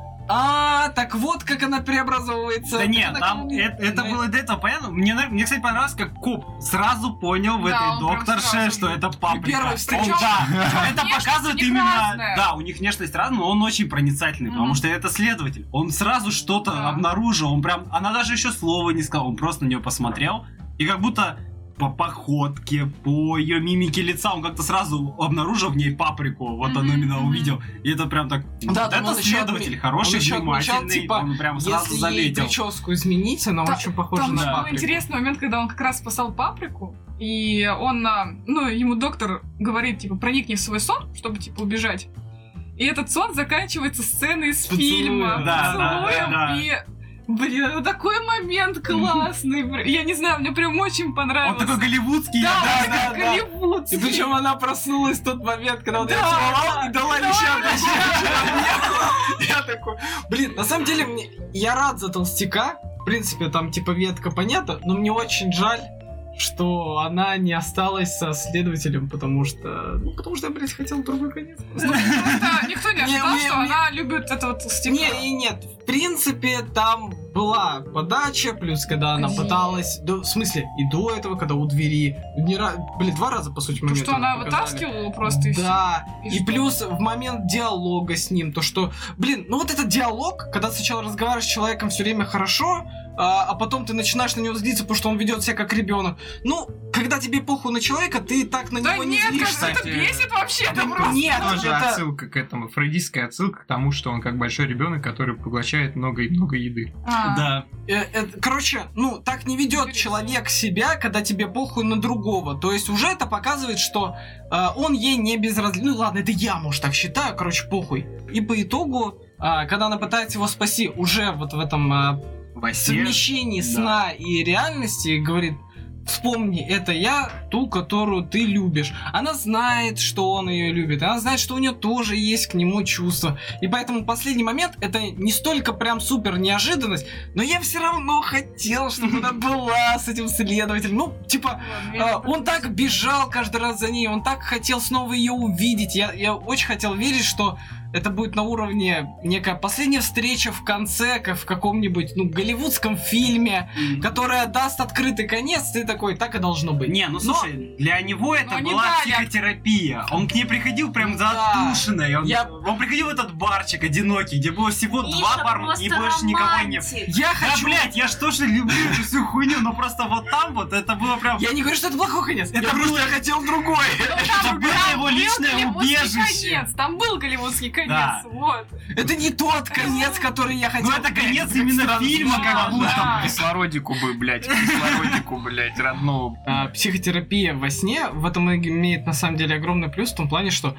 А, так вот как она преобразовывается. Да Так нет, она там кому не- это, это Да. было до этого понятно. Мне, на- мне, кстати, понравилось, как коп сразу понял в Да, этой он прям докторше, сразу что же. это паприка. Первый Он- встреча. да, это Внешность показывает у них именно... разная. Да, у них внешность разная, но он очень проницательный, Мгм. потому что это следователь. Он сразу что-то Да. обнаружил, он прям... Она даже еще слова не сказала, он просто на нее посмотрел, и как будто по походке, по ее мимике лица, он как-то сразу обнаружил в ней паприку. Вот он Мгм, именно мгм. увидел. И это прям так... Да, вот там это он ещё следователь, отме- хороший, он ещё отмечал, внимательный, типа, он прям сразу Если заметил. ей прическу изменить, она Та- очень похожа Там на же был паприку. интересный момент, когда он как раз спасал паприку, и он, а, ну, ему доктор говорит, типа, проникни в свой сон, чтобы, типа, убежать. И этот сон заканчивается сценой из Поцелуем. фильма. Да, да, поцелуем, да, да. И, блин, это такой момент классный. бр- Я не знаю, мне прям очень Он понравился. такой голливудский, Да, да, он да, такой да. голливудский. И причем она проснулась в тот момент, когда он Да, ее целовал да. и дала Да, еще да, одну. Я такой, блин, на самом деле мне я рад за толстяка. В принципе, там типа ветка понятна, но мне очень жаль, что она не осталась со следователем, потому что... Ну, потому что я, блядь, хотел другой конец. Ну, потому что никто не Не, ожидал, не, что не. она любит этого толстяка. Не, и нет, в принципе, там была подача, плюс когда она Где? пыталась, до- в смысле, и до этого, когда у двери, не ра- блин, два раза, по сути, То, момента что она показали. вытаскивала просто и всё. Да, И и, что? плюс в момент диалога с ним, то что, блин, ну вот этот диалог, когда сначала разговариваешь с человеком все время хорошо, а, а потом ты начинаешь на него злиться, потому что он ведет себя как ребенок. Ну, когда тебе похуй на человека, ты так на Да него нет, не злишься. кажется, это бесит вообще. Да Это просто... нет, Тоже это... отсылка к этому, фрейдистская отсылка к тому, что он как большой ребенок, который поглощает много и много еды. А, Да. Э, э, Короче, ну, так не ведет Интересно. человек себя, когда тебе похуй на другого. То есть уже это показывает, что э, он ей не безразличен. Ну ладно, это я, может, так считаю, короче, похуй. И по итогу, э, когда она пытается его спасти, уже вот в этом э, Во сне. совмещении Да. сна и реальности, говорит: вспомни, это я, ту, которую ты любишь. Она знает, что он ее любит. Она знает, что у нее тоже есть к нему чувства. И поэтому последний момент это не столько прям супер неожиданность, но я все равно хотел, чтобы она была с этим следователем. Ну, типа, ладно, э, я он так бежал каждый раз за ней, он так хотел снова ее увидеть. Я, я очень хотел верить, что это будет на уровне некая последняя встреча в конце, как в каком-нибудь, ну, голливудском фильме, М. которая даст открытый конец, ты такой, так и должно быть. Не, ну Но- слушай, для него это они была дали. психотерапия. Он к ней приходил прям Да. задушенный. Он, Я- он приходил в этот барчик одинокий, где было всего два Миша бара, просто и больше никого не было. романтик. Я Да, хочу... блядь, я ж тоже люблю эту всю хуйню, но просто вот там вот это было прям... Я не говорю, что это плохой конец. Это я говорю, было- что я хотел другой. Это Там было его был личное голливудский убежище. конец, там был голливудский конец, Да. вот. Это не тот конец, который я хотел. Ну это конец Как именно странно фильма, звучит. как будто. Да. Кислородику бы, блядь, кислородику, блядь, родного. А, психотерапия во сне в этом и имеет на самом деле огромный плюс в том плане, что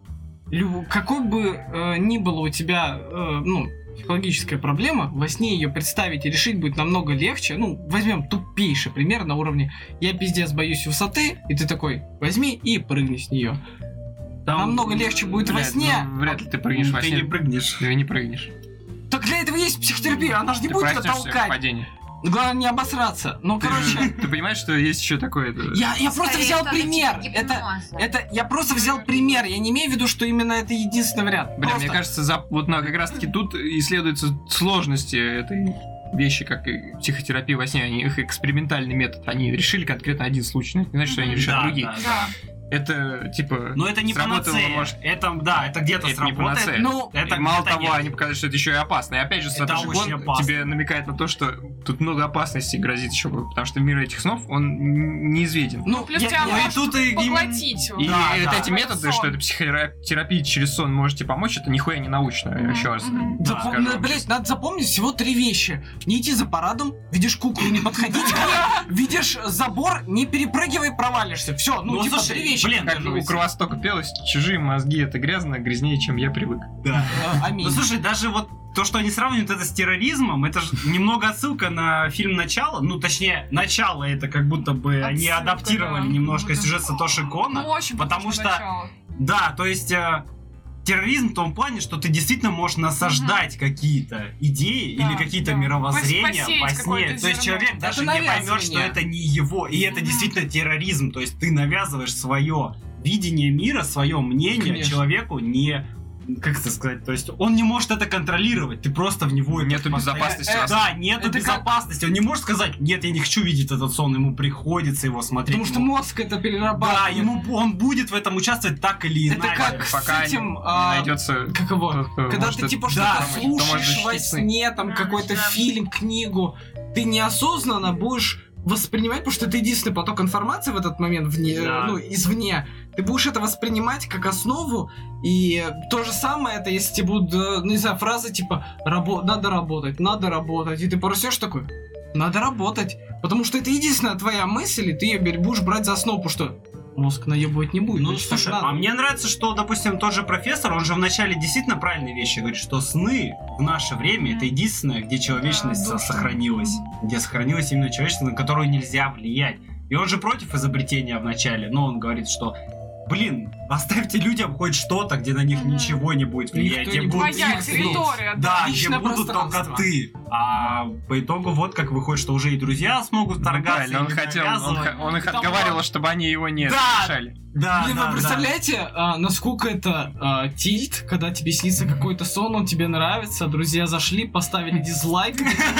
люб- какой бы э, ни было у тебя, э, ну, психологическая проблема, во сне ее представить и решить будет намного легче. Ну, возьмем тупейший пример на уровне «я пиздец боюсь высоты», и ты такой «возьми и прыгни с нее». Там- Намного легче будет во Блядь, сне. ну, вряд ли ты прыгнешь во Ты сне. не прыгнешь. Ты не прыгнешь. Так для этого есть психотерапия, она же не Ты будет тебя проснешься в толкать. падении. Главное не обосраться. Ну, Ты, короче, ты понимаешь, что есть еще такое? это- я, я просто Скорее, взял это пример. типа Это, гипноза. это я просто взял пример. Я не имею в виду, что именно это единственный вариант. Бля, Просто- мне кажется, за, вот на, как раз таки тут исследуются сложности этой вещи, как и психотерапия во сне. Они, их экспериментальный метод. Они решили конкретно один случай. Но это не значит, что они решат Да, другие. да, да. Да. Это, типа, Но это не сработало, панацея. может, Это, да, это где-то это не сработает. панацея. Ну, это и мало где-то того, нет. они показывают, что это еще и опасно. И опять же, Это Сатоши очень Кон опасно. тебе намекает на то, что тут много опасностей грозит еще, потому что мир этих снов, он н- неизведен. Ну, Плюс я- тебя я- Ну и может тут и поглотить. И Да, это да. эти методы, Сон. что это психотерапия через сон можете помочь, это нихуя не научно. Я Мгм, еще раз мгм. Да, Запом- скажу. надо, блядь, надо запомнить всего три вещи. Не идти за парадом, видишь куклу, не подходить к ней, видишь забор, не перепрыгивай, провалишься. Все, ну, Ну, типа слушай, три вещи. блин, Как у Кровостока пелось, чужие мозги это грязно, грязнее, чем я привык. Да. Э, Аминь. Ну слушай, даже вот то, что они сравнивают это с терроризмом, это же немного отсылка на фильм «Начало». Ну, точнее, «Начало» это как будто бы они Отсылка, адаптировали да. немножко Вот это- сюжет Сатоши Ну, Кона. очень потому похоже что- на начало. Да, то есть э, терроризм в том плане, что ты действительно можешь насаждать какие-то идеи Да, или какие-то да. мировоззрения Посеять во сне. какое-то То есть зерно. человек Это даже не поймет, что навязывание. это не его. И это Мгм. действительно терроризм. То есть ты навязываешь свое видение мира, свое мнение Конечно. человеку не... Как это сказать? То есть он не может это контролировать, ты просто в него... это Нету постоянно- безопасности. Э, во сне. Да, нету Это как- безопасности. Он не может сказать, нет, я не хочу видеть этот сон, ему приходится его смотреть. Потому что Ему- мозг это Да, перерабатывает. ему он будет в этом участвовать так или Это иначе. как с Пока этим... не а, найдется... Как его? тот, кто Когда может ты это- типа да, что-то кто может слушаешь во защитить сны. сне, там Да, какой-то да. фильм, книгу, ты неосознанно будешь воспринимать, потому что это единственный поток информации в этот момент вне, Да. ну, извне. Ты будешь это воспринимать как основу, и то же самое это, если тебе будут, э, ну, не знаю, фразы типа «Рабо- «надо работать», «надо работать», и ты порастешь такой «надо работать», потому что это единственная твоя мысль, и ты ее будешь брать за основу, потому что мозг наебывать не будет. Ну, значит, так слушай, надо. а мне нравится, что, допустим, тот же профессор, он же вначале действительно правильные вещи говорит, что сны в наше время это единственное, где человечность Да, со- душа. сохранилась, где сохранилась именно человечность, на которую нельзя влиять. И он же против изобретения вначале, но он говорит, что блин, оставьте людям хоть что-то, где на них Мгм. ничего не будет влиять. Никто где не будут будет Твоя их сны. территория, да. Да, где Личное будут только пространство. ты. А по итогу вот как выходит, что уже и друзья смогут Ну, торгаться. правильно, он или хотел, он, навязывать. х- он их Там отговаривал, чтобы они его не Да. решали. Да, Блин, да, вы да. представляете, а, насколько это а, тильт, когда тебе снится какой-то сон, он тебе нравится, друзья зашли, поставили дизлайк.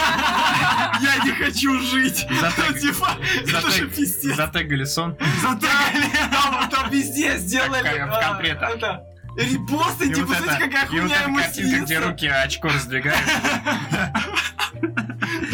Я не хочу жить. Затег- Типа, это же затег- пиздец. Затегали сон. Затегали. Там там везде сделали Как в а, компретах. это, репосты, И типа, вот смотрите, это- какая и вот хуйня эта ему картинка, где снится. руки очко раздвигают.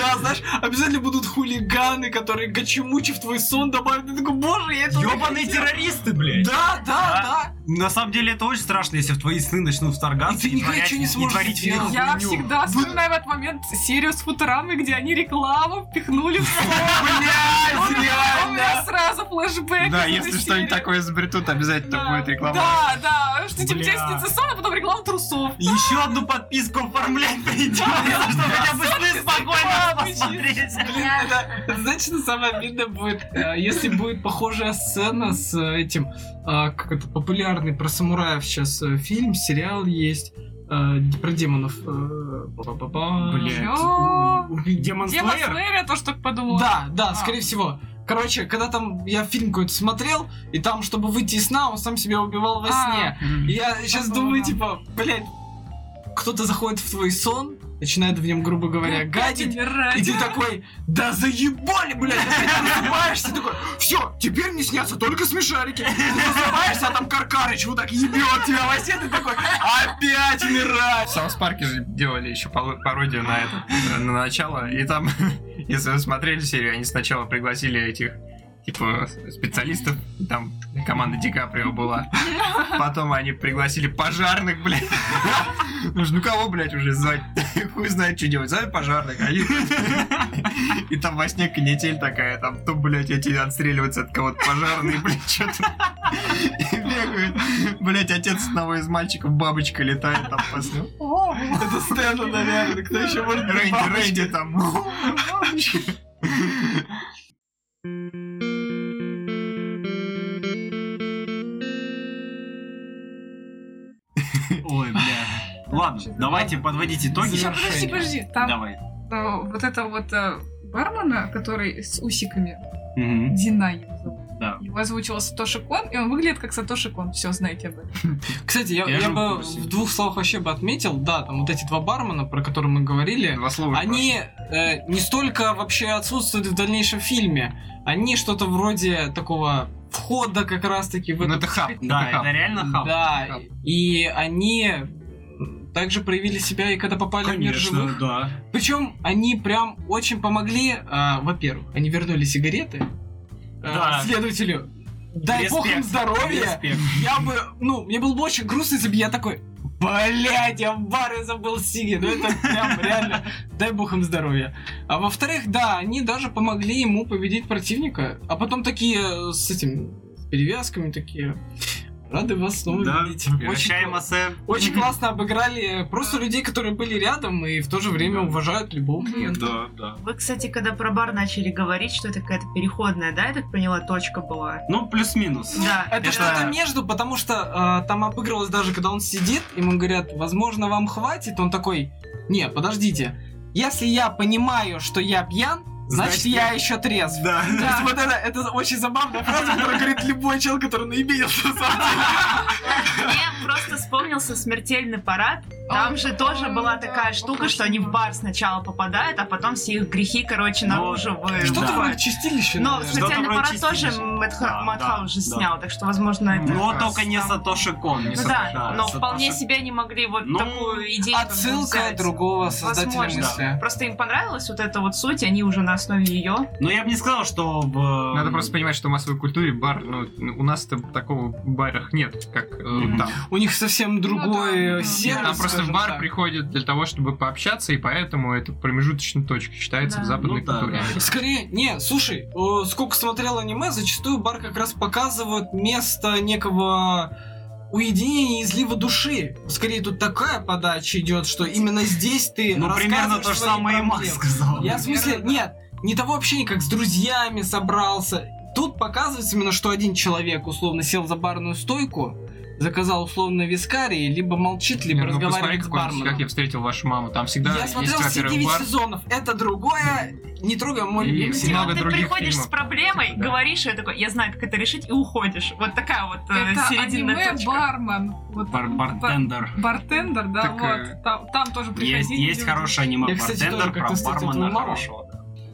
Да, знаешь, обязательно будут хулиганы, которые гачи-мучи в твой сон добавят. Ты такой, боже, я это... Ёбаные террористы, блядь! Да, да, да. На самом деле это очень страшно, если в твои сны начнут вторгаться И ты никогда ничего не сможешь творить сделать. всякую Я хуйню. всегда вспоминаю в этот момент серию с Футурамой, где они рекламу впихнули в сон. Блядь, У меня реально. сразу флешбэк. Да, из если этой что-нибудь серии. такое изобретут, обязательно Да. будет реклама. Да, да, что тебе Бля. снится сон, а потом реклама трусов. Еще одну подписку оформлять придется, чтобы хотя бы сны спокойно посмотреть. Блин, это, это, знаете, что самое обидное будет? Э, Если будет похожая сцена с э, этим, э, как это, популярный про самураев сейчас э, фильм, сериал есть, э, про демонов. э, ба-ба-ба. Блядь. Чё? Убить- Демон Демон Слэйер? Слэйер, я тоже так подумала. Да, да, А. скорее всего. Короче, когда там я фильм какой-то смотрел, и там, чтобы выйти из сна, он сам себя убивал во А. сне. И я сейчас Ага. думаю, типа, блядь, кто-то заходит в твой сон, начинает в нем, грубо говоря, Опять гадить. умирать. И ты такой, да заебали, блядь, опять просыпаешься, такой, все, теперь мне снятся только смешарики. Ты просыпаешься, а там Каркарыч вот так ебет тебя во сне, ты такой, опять умирать. В Саус Парке же делали еще пал- пародию на это, э, на начало, и там, если вы смотрели серию, они сначала пригласили этих, типа, специалистов, там команда Ди Каприо была, потом они пригласили пожарных, блядь. Ну ж, ну кого, блядь, уже звать? Хуй знает, что делать. Зови пожарных. Они... И там во сне канитель такая, там то, блядь, эти отстреливаются от кого-то пожарные, блядь, что-то. И бегают. Блядь, отец одного из мальчиков, бабочка летает там по сну. Это Стэну, наверное, кто еще может быть Рэнди, бабочкой? Рэнди там. Ой, бля. Ладно, давайте подводить итоги. Сейчас, подожди, подожди. Там Давай. э, вот это вот э, бармена, который с усиками, Мгм. Дина его зовут. Да. Его озвучила Сатоши Кон, и он выглядит как Сатоши Кон. Все, знаете об этом. Кстати, я, Я я же в бы курсе. в двух словах вообще бы отметил, да, там вот эти два бармена, про которые мы говорили, Два слова. они э, не столько вообще отсутствуют в дальнейшем фильме, они что-то вроде такого входа как раз-таки в Ну эту это хаб. Да, это хаб. это реально хаб. Да, Хаб. и они также проявили себя и когда попали в мир Конечно, живых. да. Причем они прям очень помогли. а, во-первых, они вернули сигареты а, Да. следователю. Дай бог им Респект, здоровья. респект. Я бы, ну, мне было бы очень грустно, если бы я такой, блять, я в баре забыл сиги. Ну это прям реально, дай бог им здоровья. А во-вторых, да, они даже помогли ему победить противника. А потом такие э, с этим, с перевязками такие, рады вас снова Да, видеть. Очень прощай, кла- Масе. Очень классно обыграли просто людей, которые были рядом и в то же время Да. уважают любого клиента. Да, да. Вы, кстати, когда про бар начали говорить, что это какая-то переходная, да, я так поняла, точка была? Ну, плюс-минус. Да. Это, Это- что-то между, потому что э, там обыгрывалось даже, когда он сидит, ему говорят, возможно, вам хватит, он такой, не, подождите, если я понимаю, что я пьян, значит, Значит, я я- еще трезв. Да. То есть вот это, это очень забавная фраза, которую говорит любой чел, который наебился, на самом деле. Мне просто вспомнился смертельный парад. Там же тоже была такая штука, что они в бар сначала попадают, а потом все их грехи, короче, Ну, наружу вы... Что-то Да. вроде чистилище, Но наверное. смертельный вроде парад тоже чистилища. Мэтха- Да, Мадхаус да, же да. снял, так что, возможно, это... Но как только раз не там- Сатоши Кон. Ну Не да, Сатоши- но Сатоши- вполне себе они могли вот Ну, такую идею как бы Отсылка взять. другого создателя Возможно. мысли. Просто им понравилась вот эта вот суть, они уже на основе ее. Но я бы не сказал, что в... Надо просто понимать, что в массовой культуре бар, ну, у нас-то такого в барах нет, как э, Мгм. там. У них совсем другой да, э, да. сервис, Там просто в скажем бар так. приходят для того, чтобы пообщаться, и поэтому это промежуточной точкой считается Да. в западной Ну да, культуре. да. Скорее, не, слушай, э, сколько смотрел аниме, зачастую бар как раз показывает место некого уединения и излива души. Скорее, тут такая подача идет, что именно здесь ты Ну, примерно рассказываешь то же свои самое и Макс проблемы. сказал. Я в смысле, нет, не того общения, как с друзьями собрался. Тут показывается именно, что один человек условно сел за барную стойку, заказал условно вискарий, либо молчит, либо Не, ну, посмотри, разговаривает с как, он- барменом. как я встретил вашу маму. Там всегда Я есть, смотрел все во-первых, девять бар. сезонов. Это другое. Не трогай мой И любимый все сериал. много ты других приходишь фильмов. с проблемой, Да. говоришь, и я такой, я знаю, как это решить, и уходишь. Вот такая вот э, Это серединная аниме точка. бармен. Вот Бар- бар- Бартендер. Бартендер, да, Так, э, вот. Там, там тоже приходили. Есть, есть люди. хорошее аниме Я, кстати, Бартендер тоже про как-то встретил бармена твою маму. хорошего.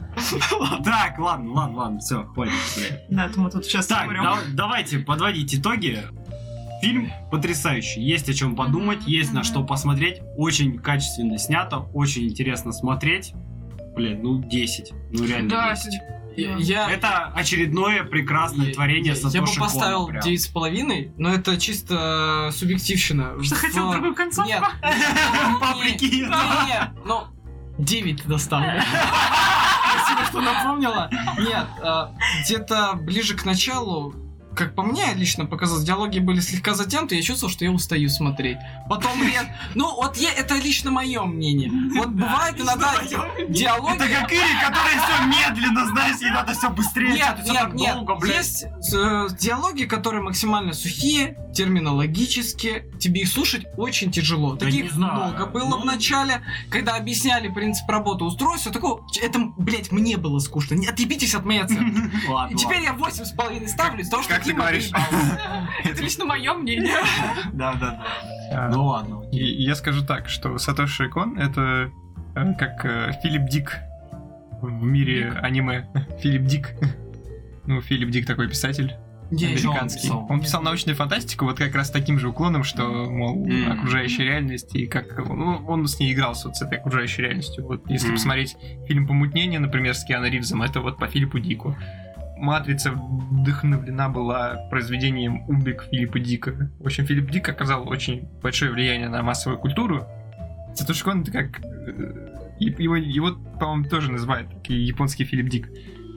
Так, ладно, ладно, ладно, все, хватит. блядь. Да, то мы тут сейчас Так, говорим. да- давайте подводить итоги. Фильм потрясающий, есть о чем подумать, Мгм, есть на мгм. что посмотреть, очень качественно снято, очень интересно смотреть. блин, ну десять. Ну реально Да, десять. Я, я- Это очередное прекрасное я- творение я, я Сатоши бы поставил Кона, прям. девять с половиной, но это чисто субъективщина. Что В- хотел другую концовку? Нет. Паприки. Не, не, не, ну, девять доставлю. Спасибо, что напомнила. Нет, а, где-то ближе к началу, как по мне, лично показалось, диалоги были слегка затянуты, я чувствовал, что я устаю смотреть. Потом нет. Ну, вот я, это лично мое мнение. Вот бывает иногда диалоги... Это как Ири, который все медленно, знаешь, и надо все быстрее, Нет, что-то всё нет, так нет. долго, блядь. Есть э, диалоги, которые максимально сухие, терминологические. Тебе их слушать очень тяжело. Да Таких не знаю. много было Ну. в начале, когда объясняли принцип работы устройства. Такого, это, блядь, мне было скучно. Не отъебитесь от моей оценки. Ладно, И теперь я восемь с половиной ставлю из-за того, что Как ты Дима говоришь? доебался. Это лично мое мнение. ладно. Да, да, да. А, Ну ладно. и я скажу так, что Сатоши Кон это э, как э, Филипп Дик в мире аниме. Филипп Дик. Ну, Филипп Дик такой писатель. Я еще Американский. писал? Он писал научную фантастику вот как раз таким же уклоном, что, мол, Мгм. окружающая реальность, и как ну, он с ней игрался вот с этой окружающей реальностью. Вот если Мгм. посмотреть фильм «Помутнение», например, с Киану Ривзом, это вот по Филиппу Дику. «Матрица» вдохновлена была произведением Убик Филиппа Дика. В общем, Филипп Дик оказал очень большое влияние на массовую культуру. Сатоши Кон это как... э, Его, его, по-моему, тоже называют как японский Филипп Дик.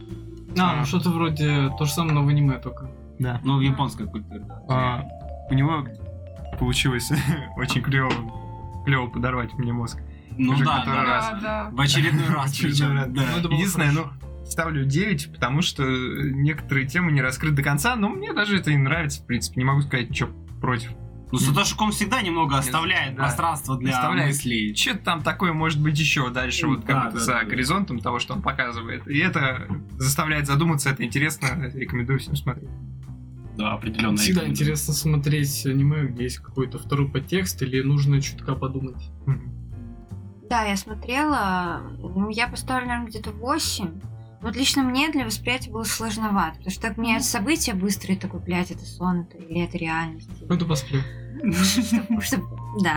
А, ну что-то вроде то же самое, но в аниме только. Да. Ну, в японской культуре, да. А, у него получилось очень клево, клево подорвать мне мозг. Ну уже да, который да, раз. Да, да. в очередной раз. Очередной раз, причем, Ну, это было Единственное, хорошо. ну, ставлю девять, потому что некоторые темы не раскрыты до конца, но мне даже это и нравится, в принципе, не могу сказать ничего против. Ну, Сатоши Кон всегда немного оставляет Да. пространство для Оставляет. мыслей. Что там такое может быть еще дальше, вот как Да, будто да, за да. горизонтом того, что он показывает. И это заставляет задуматься, это интересно, рекомендую всем смотреть. Да, определенно. Всегда интересно смотреть аниме, где есть какой-то второй подтекст, или нужно чутка подумать. Да, я смотрела, ну, я поставила, наверное, где-то восемь. Вот лично мне для восприятия было сложновато, потому что так меняются события быстро, и такой, блядь, это сон, это, или это реальность. Пойду посплю. Чтоб- чтоб- Да.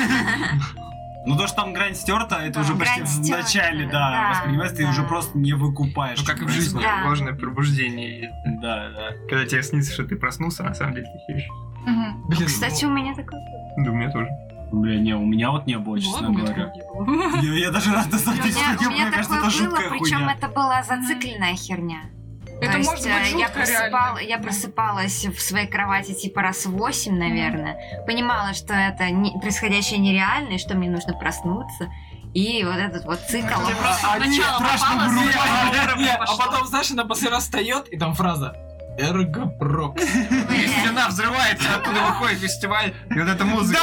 Ну, то, что там грань стерта, это Да, уже почти грань в стерта, начале, да, да, воспринимается, ты да. уже просто не выкупаешь. Ну, как и что в жизни, происходит. Да. ложное пробуждение. Да, да. Когда тебе снится, что ты проснулся, на самом деле ты херишь. Мгм. Блин, Кстати, у меня такое было. Да, у меня тоже. Бля, не, у меня вот не было, Ну честно ладно, у меня говоря. такого не было. Я, я даже рад на самом У деле, меня, что у меня мне кажется, такое это было, жуткая причем хуйня. это была зацикленная херня. Это То может есть, быть э, я, жутко просыпала, реально. я просыпалась в своей кровати типа раз в восемь, наверное. Понимала, что это не, происходящее нереально, и что мне нужно проснуться. И вот этот вот цикл. Тебе просто А, нет, сначала страшно попало, вырубать. сразу Не, а пошло. потом, знаешь, она после раз встает, и там фраза «Эргопрок». И стена взрывается, оттуда выходит фестиваль, и вот эта музыка.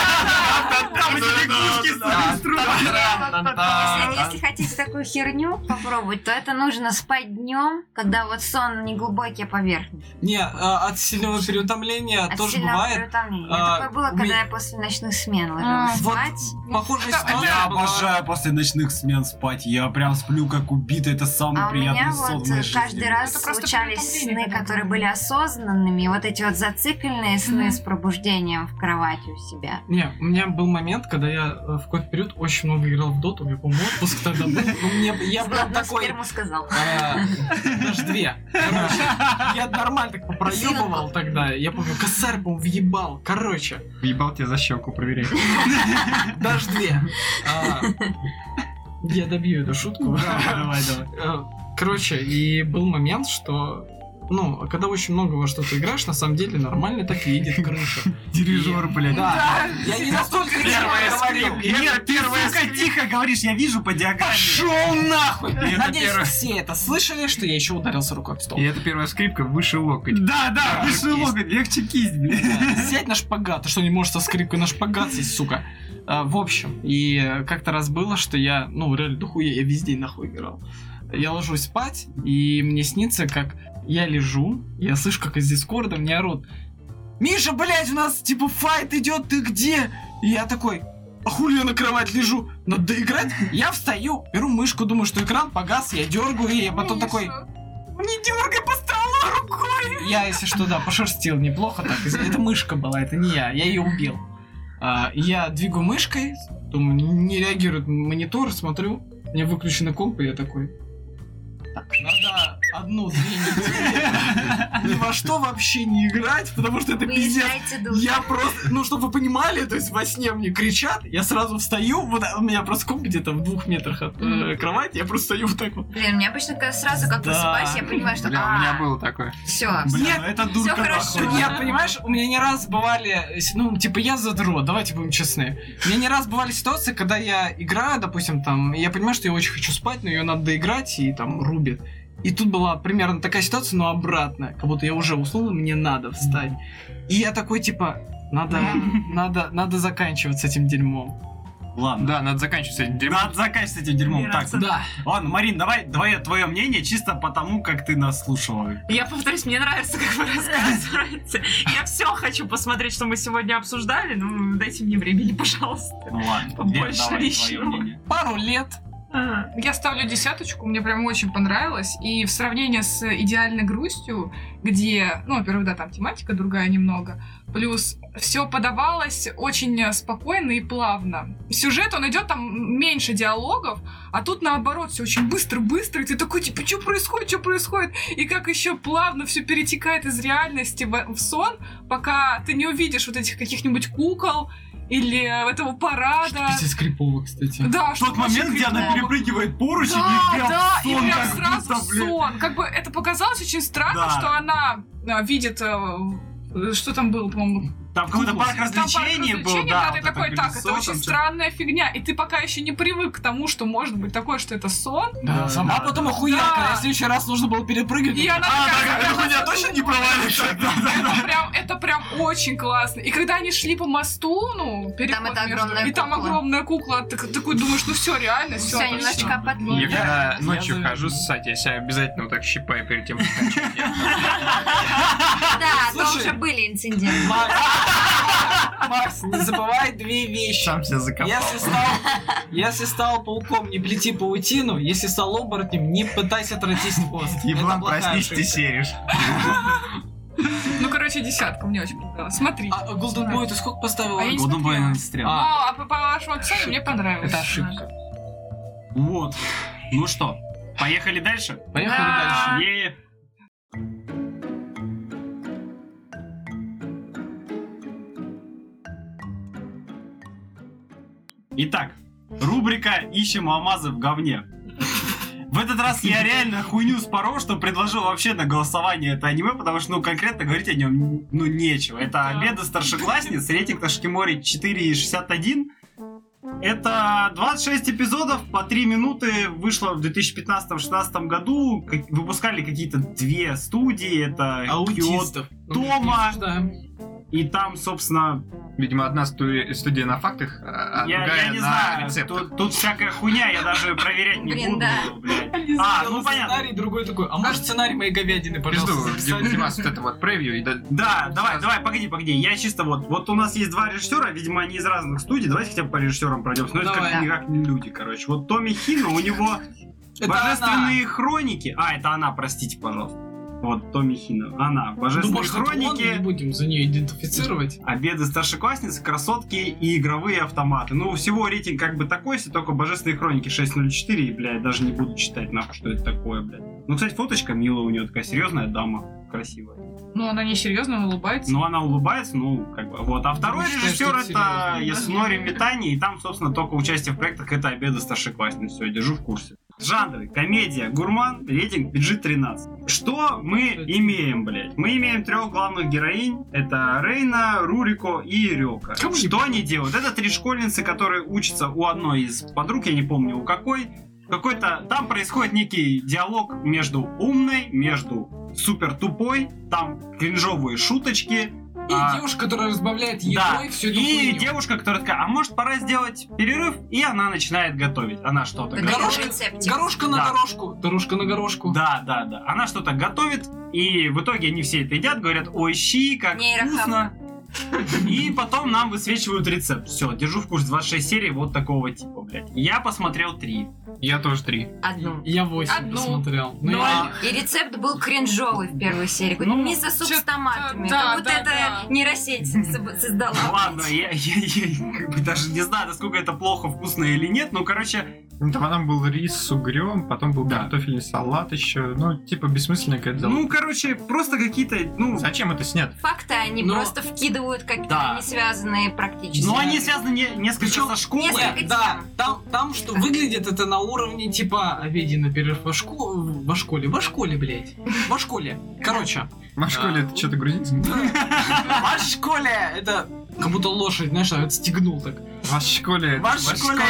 Там эти лягушки Если, если хотите такую херню попробовать, то это нужно спать днем, когда вот сон не глубокий, а поверхностный. Не, а, от сильного переутомления От тоже сильного бывает. переутомления. А, Такое было, у когда меня- я после ночных смен А, ложилась вот спать. Похожая Это- ситуация Я была- обожаю после ночных смен спать. Я прям сплю как убитый. Это самый А у меня приятный сон вот в моей каждый жизни. раз Это просто случались переутомление, сны, когда которые было. были осознанными, и вот эти вот зацикленные сны Мгм. с пробуждением в кровати у себя. Не, у меня был момент, когда я э, в какой-то период очень много играл в доту, я помню, отпуск тогда был. Ну, мне, я прям Главное, такой... сперму сказал. а, Даже две. Короче, я нормально так попроебывал тогда. Я помню, косарь, по-моему, въебал. Короче, Въебал тебя за щеку, проверяй. даже две. А, Я добью эту шутку. Давай, давай. Э, Короче, и был момент, что... Ну, когда очень много во что-то играешь, на самом деле нормально так и едет крыша. Дирижер, блядь. Да, я не настолько Первая тихо говорил. скрипка. Нет, первая скрипка. Тихо говоришь, я вижу по диаграмме. Шел нахуй! Это Надеюсь, первое. все это слышали, что я еще ударился рукой в стол. И это первая скрипка выше локоть. Да, да, выше кисть. локоть, легче кисть, блядь. Да, сядь на шпагат. Ты что, не можешь со скрипкой на шпагат сесть, сука? А, в общем, и э, как-то раз было, что я, ну, реально дохуя, я весь день нахуй играл. Я ложусь спать, и мне снится, как я лежу, я слышу, как из дискорда мне орут: «Миша, блядь, у нас, типа, файт идет, ты где?» И я такой: «А хули я на кровать лежу? Надо доиграть?» Я встаю, беру мышку, думаю, что экран погас, я дергаю, и я потом такой: «Не дергай по столу рукой!» Я, если что, да, пошерстил неплохо так. Это мышка была, это не я, я ее убил. А, я двигаю мышкой, думаю, не реагирует монитор, смотрю, У меня выключена комп, и я такой... Надо одну-две недели ни во что вообще не играть, потому что это пиздец. Я просто, ну, чтобы вы понимали, то есть во сне мне кричат, я сразу встаю, вот у меня просто комп где-то в двух метрах от э, кровати, я просто стою вот так вот. Блин, у меня обычно когда сразу как Да. просыпаюсь, я понимаю, что Бля, у меня было такое. все. Блин, Нет, ну это дурка всё хорошо. нахуй. Нет, понимаешь, у меня не раз бывали, ну, типа, я задрот, давайте будем честны. У меня не раз бывали ситуации, когда я играю, допустим, там, и я понимаю, что я очень хочу спать, но ее надо доиграть, и там рубит. И тут была примерно такая ситуация, но обратная, как будто я уже уснул, и мне надо встать. И я такой, типа, надо, надо, надо заканчивать с этим дерьмом. Ладно. Да, надо заканчивать с этим дерьмом. Надо заканчивать с этим дерьмом. Так, Убираться. Да. ладно, Марин, давай твое, твое мнение чисто потому, как ты нас слушала. Я повторюсь, мне нравится, как вы рассказываете. Я все хочу посмотреть, что мы сегодня обсуждали. Ну, дайте мне времени, пожалуйста. Ну ладно, Побольше Вер, давай твое личного. мнение. Пару лет. Ага. Я ставлю десяточку, мне прям очень понравилось. И в сравнении с «Идеальной грустью», где, ну, во-первых, да, там тематика другая немного, плюс все подавалось очень спокойно и плавно. Сюжет, он идет там меньше диалогов, а тут наоборот все очень быстро-быстро, и ты такой, типа, что происходит, что происходит? И как еще плавно все перетекает из реальности в, в сон, пока ты не увидишь вот этих каких-нибудь кукол, или этого парада. Пиздец крипово, кстати. Да, В что тот момент, где она крипово. перепрыгивает поручень Да, и прям да, в сон, и прям как сразу будто, в блин. сон. Как бы это показалось очень странно, Да. что она а, видит, э, что там было, по-моему, Там какой-то парк там парк развлечений был, развлечений, да. ты вот такой, так, колесо, это там очень что-то. странная фигня, и ты пока еще не привык к тому, что может быть такое, что это сон. Да, сама да, потом да. охуял, Да. когда в следующий раз нужно было перепрыгивать. И она А, такая, так, эта хуйня точно не провалится? это прям, это прям очень классно. И когда они шли по мосту, ну, переход Там это между- огромная и там кукла. огромная кукла, ты такой думаешь, ну все, реально, все. Все немножечко Я подлинно. когда я ночью завидую. хожу ссать, я себя обязательно вот так щипаю перед тем, как начать. Да, то Слушай. уже были инциденты. Макс, Макс, не забывай две вещи. Сам себя закопал. Если стал, если стал пауком, не плети паутину. Если стал оборотнем, не пытайся тратить хвост. Это Еблан, плохая проснись, ты ошибка. серишь. Ну, короче, десятка, мне очень понравилось. Смотри. А Golden Boy ты сколько поставил? А я не Golden Boy смотрела. она не стрела. А. Ну, а по, по вашему описанию мне понравилось. Это ошибка. Вот. Ну что, поехали дальше? Поехали Да. дальше. Е. Итак, рубрика «Ищем алмазы в говне». В этот раз я реально хуйню спорол, что предложил вообще на голосование это аниме, потому что, ну, конкретно говорить о нем, ну, нечего. Это «Обеды старшеклассниц», рейтинг на Шикиморе четыре шестьдесят один. Это двадцать шесть эпизодов по три минуты, вышло в две тысячи пятнадцатом-шестнадцатом году, как- выпускали какие-то две студии, это Аутистов. Киото, Тома, Да. и там, собственно, Видимо, одна сту- студия на фактах, а я, другая я не на знаю, рецептах. тут, тут всякая хуйня, я даже проверять не Блин, буду, да. блядь. Один А, сделал ну понятно. сценарий, другой такой, а может сценарий моей говядины, Пизду, пожалуйста, записать? Димас, вот это вот превью и да- Да, давай, давай, погоди, погоди. Я чисто вот, вот у нас есть два режиссера, видимо, они из разных студий. Давайте хотя бы по режиссерам пройдемся. Ну, это Давай. как, никак не люди, короче. Вот Томми Хино, у него Это Божественные хроники. А, это она, простите, пожалуйста. Вот Томми Хино. Она. Ну, Божественные может, это он, хроники. не будем за нее идентифицировать. Обеды старшеклассниц, красотки и игровые автоматы. Ну, всего рейтинг как бы такой, если только Божественные хроники шесть ноль четыре, и, блядь, даже не буду читать, нахуй, что это такое, блядь. Ну, кстати, фоточка милая у нее, такая серьезная дама, красивая. Ну, она не серьезно улыбается. Ну, она улыбается, ну, как бы, вот. А второй Ну, считаю, режиссер что это это серьезно. Ясунори Митани, и там, собственно, только участие в проектах это Обеды старшеклассниц. Все, держу в курсе. Жанры, комедия, гурман, рейтинг пи джи тринадцать. Что мы имеем, блядь? Мы имеем трех главных героинь. Это Рейна, Рурико и Рёка. Кому не Что они делают? Это три школьницы, которые учатся у одной из подруг, я не помню у какой. Какой-то... Там происходит некий диалог между умной, между супер тупой. Там кринжовые шуточки. И А, девушка, которая разбавляет да, едой всю эту и хуйню. девушка, которая такая, а может пора сделать перерыв? И она начинает готовить. Она что-то Да, готовит. Горошка, рецептик. горошка на Да. горошку, дорожка на горошку. Да, да, да. Она что-то готовит, и в итоге они все это едят, говорят, ой, щи, как Нейрохавка. вкусно. И потом нам высвечивают рецепт. Все, держу в курсе двадцать шесть серий вот такого типа, блядь. Я посмотрел три. Я тоже три. Одну. Я восемь Одну. посмотрел. Ну, Ну, я- И рецепт был кринжовый в первой серии. Ну, Мисо-суп чё- с томатами. да, Как будто да, это да. нейросеть со- создала. Ладно, я, я- я как бы даже не знаю, насколько это плохо, вкусно или нет, но, короче, Ну, там потом был рис с угрем, потом был Да. картофельный салат еще. Ну, типа, бессмысленная какая-то Ну, короче, просто какие-то, ну... Зачем это снято? Факты они Но- просто вкидывают какие-то Да. не связанные практически. Ну, они связаны не- несколько Причем со школой. несколько- Нет, да, там, там что выглядит это на уровне типа обеденный перерыв во, шко... во школе. Во школе, блядь. Во школе. Короче. В школе это что-то грузинское? Во школе! Это как будто лошадь, знаешь, отстегнул так. В школе. Во школе!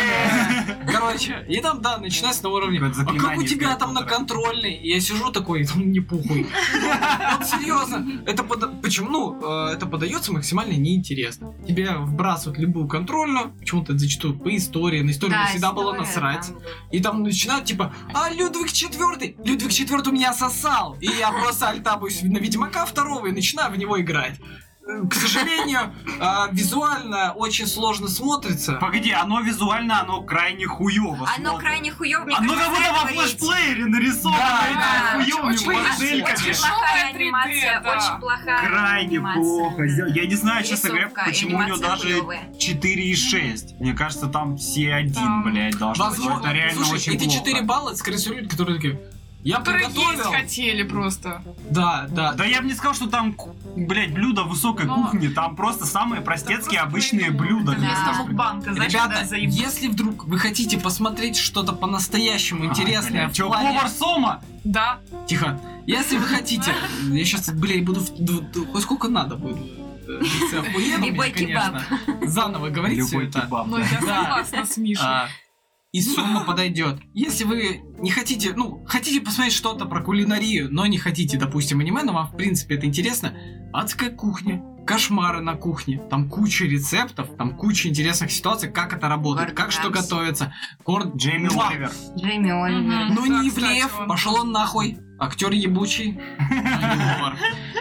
Короче, и там, да, начинается на уровне. Какое-то А как у заклинание тебя из там на Гарри контрольной? И я сижу такой, там не похуй. Вот серьезно. Это пода- почему? Ну, э, это подается максимально неинтересно. Тебе вбрасывают любую контрольную, почему-то зачастую по истории. На историю Да, всегда было история, насрать. там. И там начинают типа, а Людвиг четвертый, Людвиг четвертый меня сосал. И я просто альтабуюсь на Ведьмака второго и начинаю в него играть. Э, К сожалению, э, визуально очень сложно смотрится. Погоди, оно визуально, оно крайне хуёво Оно смотрится. крайне хуёво, мне Оно кажется, как будто во этого рейтинг. флешплеере нарисовано Да, этими да, хуёвыми очень- модельками. очень- Очень Дешёвая плохая три дэ, анимация, да. очень плохая Крайне анимация. плохо сделано. Я не знаю, честно говоря, Рисовка и почему у него анимация даже хуёвая. четыре и шесть. Мне кажется, там все один, Там- блядь, должно быть. Возможно. Это реально Слушай, очень эти плохо. четыре балла, скорее всего, люди, которые такие, я Которые есть приготовил. хотели просто. Да, да. Да я бы не сказал, что там, ку- блядь, блюда высокой Но- кухни. Там просто самые простецкие просто обычные хуйня. блюда. Да. Вместо мукбанка, знаешь, Ребята, когда заебут. если вдруг вы хотите посмотреть что-то по-настоящему интересное в Че, плане... повар Сома? Да. Тихо. Если вы хотите... Я сейчас, блядь, буду... в- д- д- Хоть сколько надо буду. э, биться охуенно Любой мне, конечно. Заново говорить всё Любой это. кебаб. Но я Да. согласна с Мишей. А, И сумма подойдет. Если вы не хотите, ну, хотите посмотреть что-то про кулинарию, но не хотите, допустим, аниме, но вам, в принципе, это интересно, адская кухня, кошмары на кухне, там куча рецептов, там куча интересных ситуаций, как это работает, Гордон как что Рамси. готовится. Горд... Джейми Муа. Оливер. Джейми Оливер. Мгм. Ну, Да, не кстати, Ивлеев, он- пошел он нахуй. Актер ебучий. а не повар.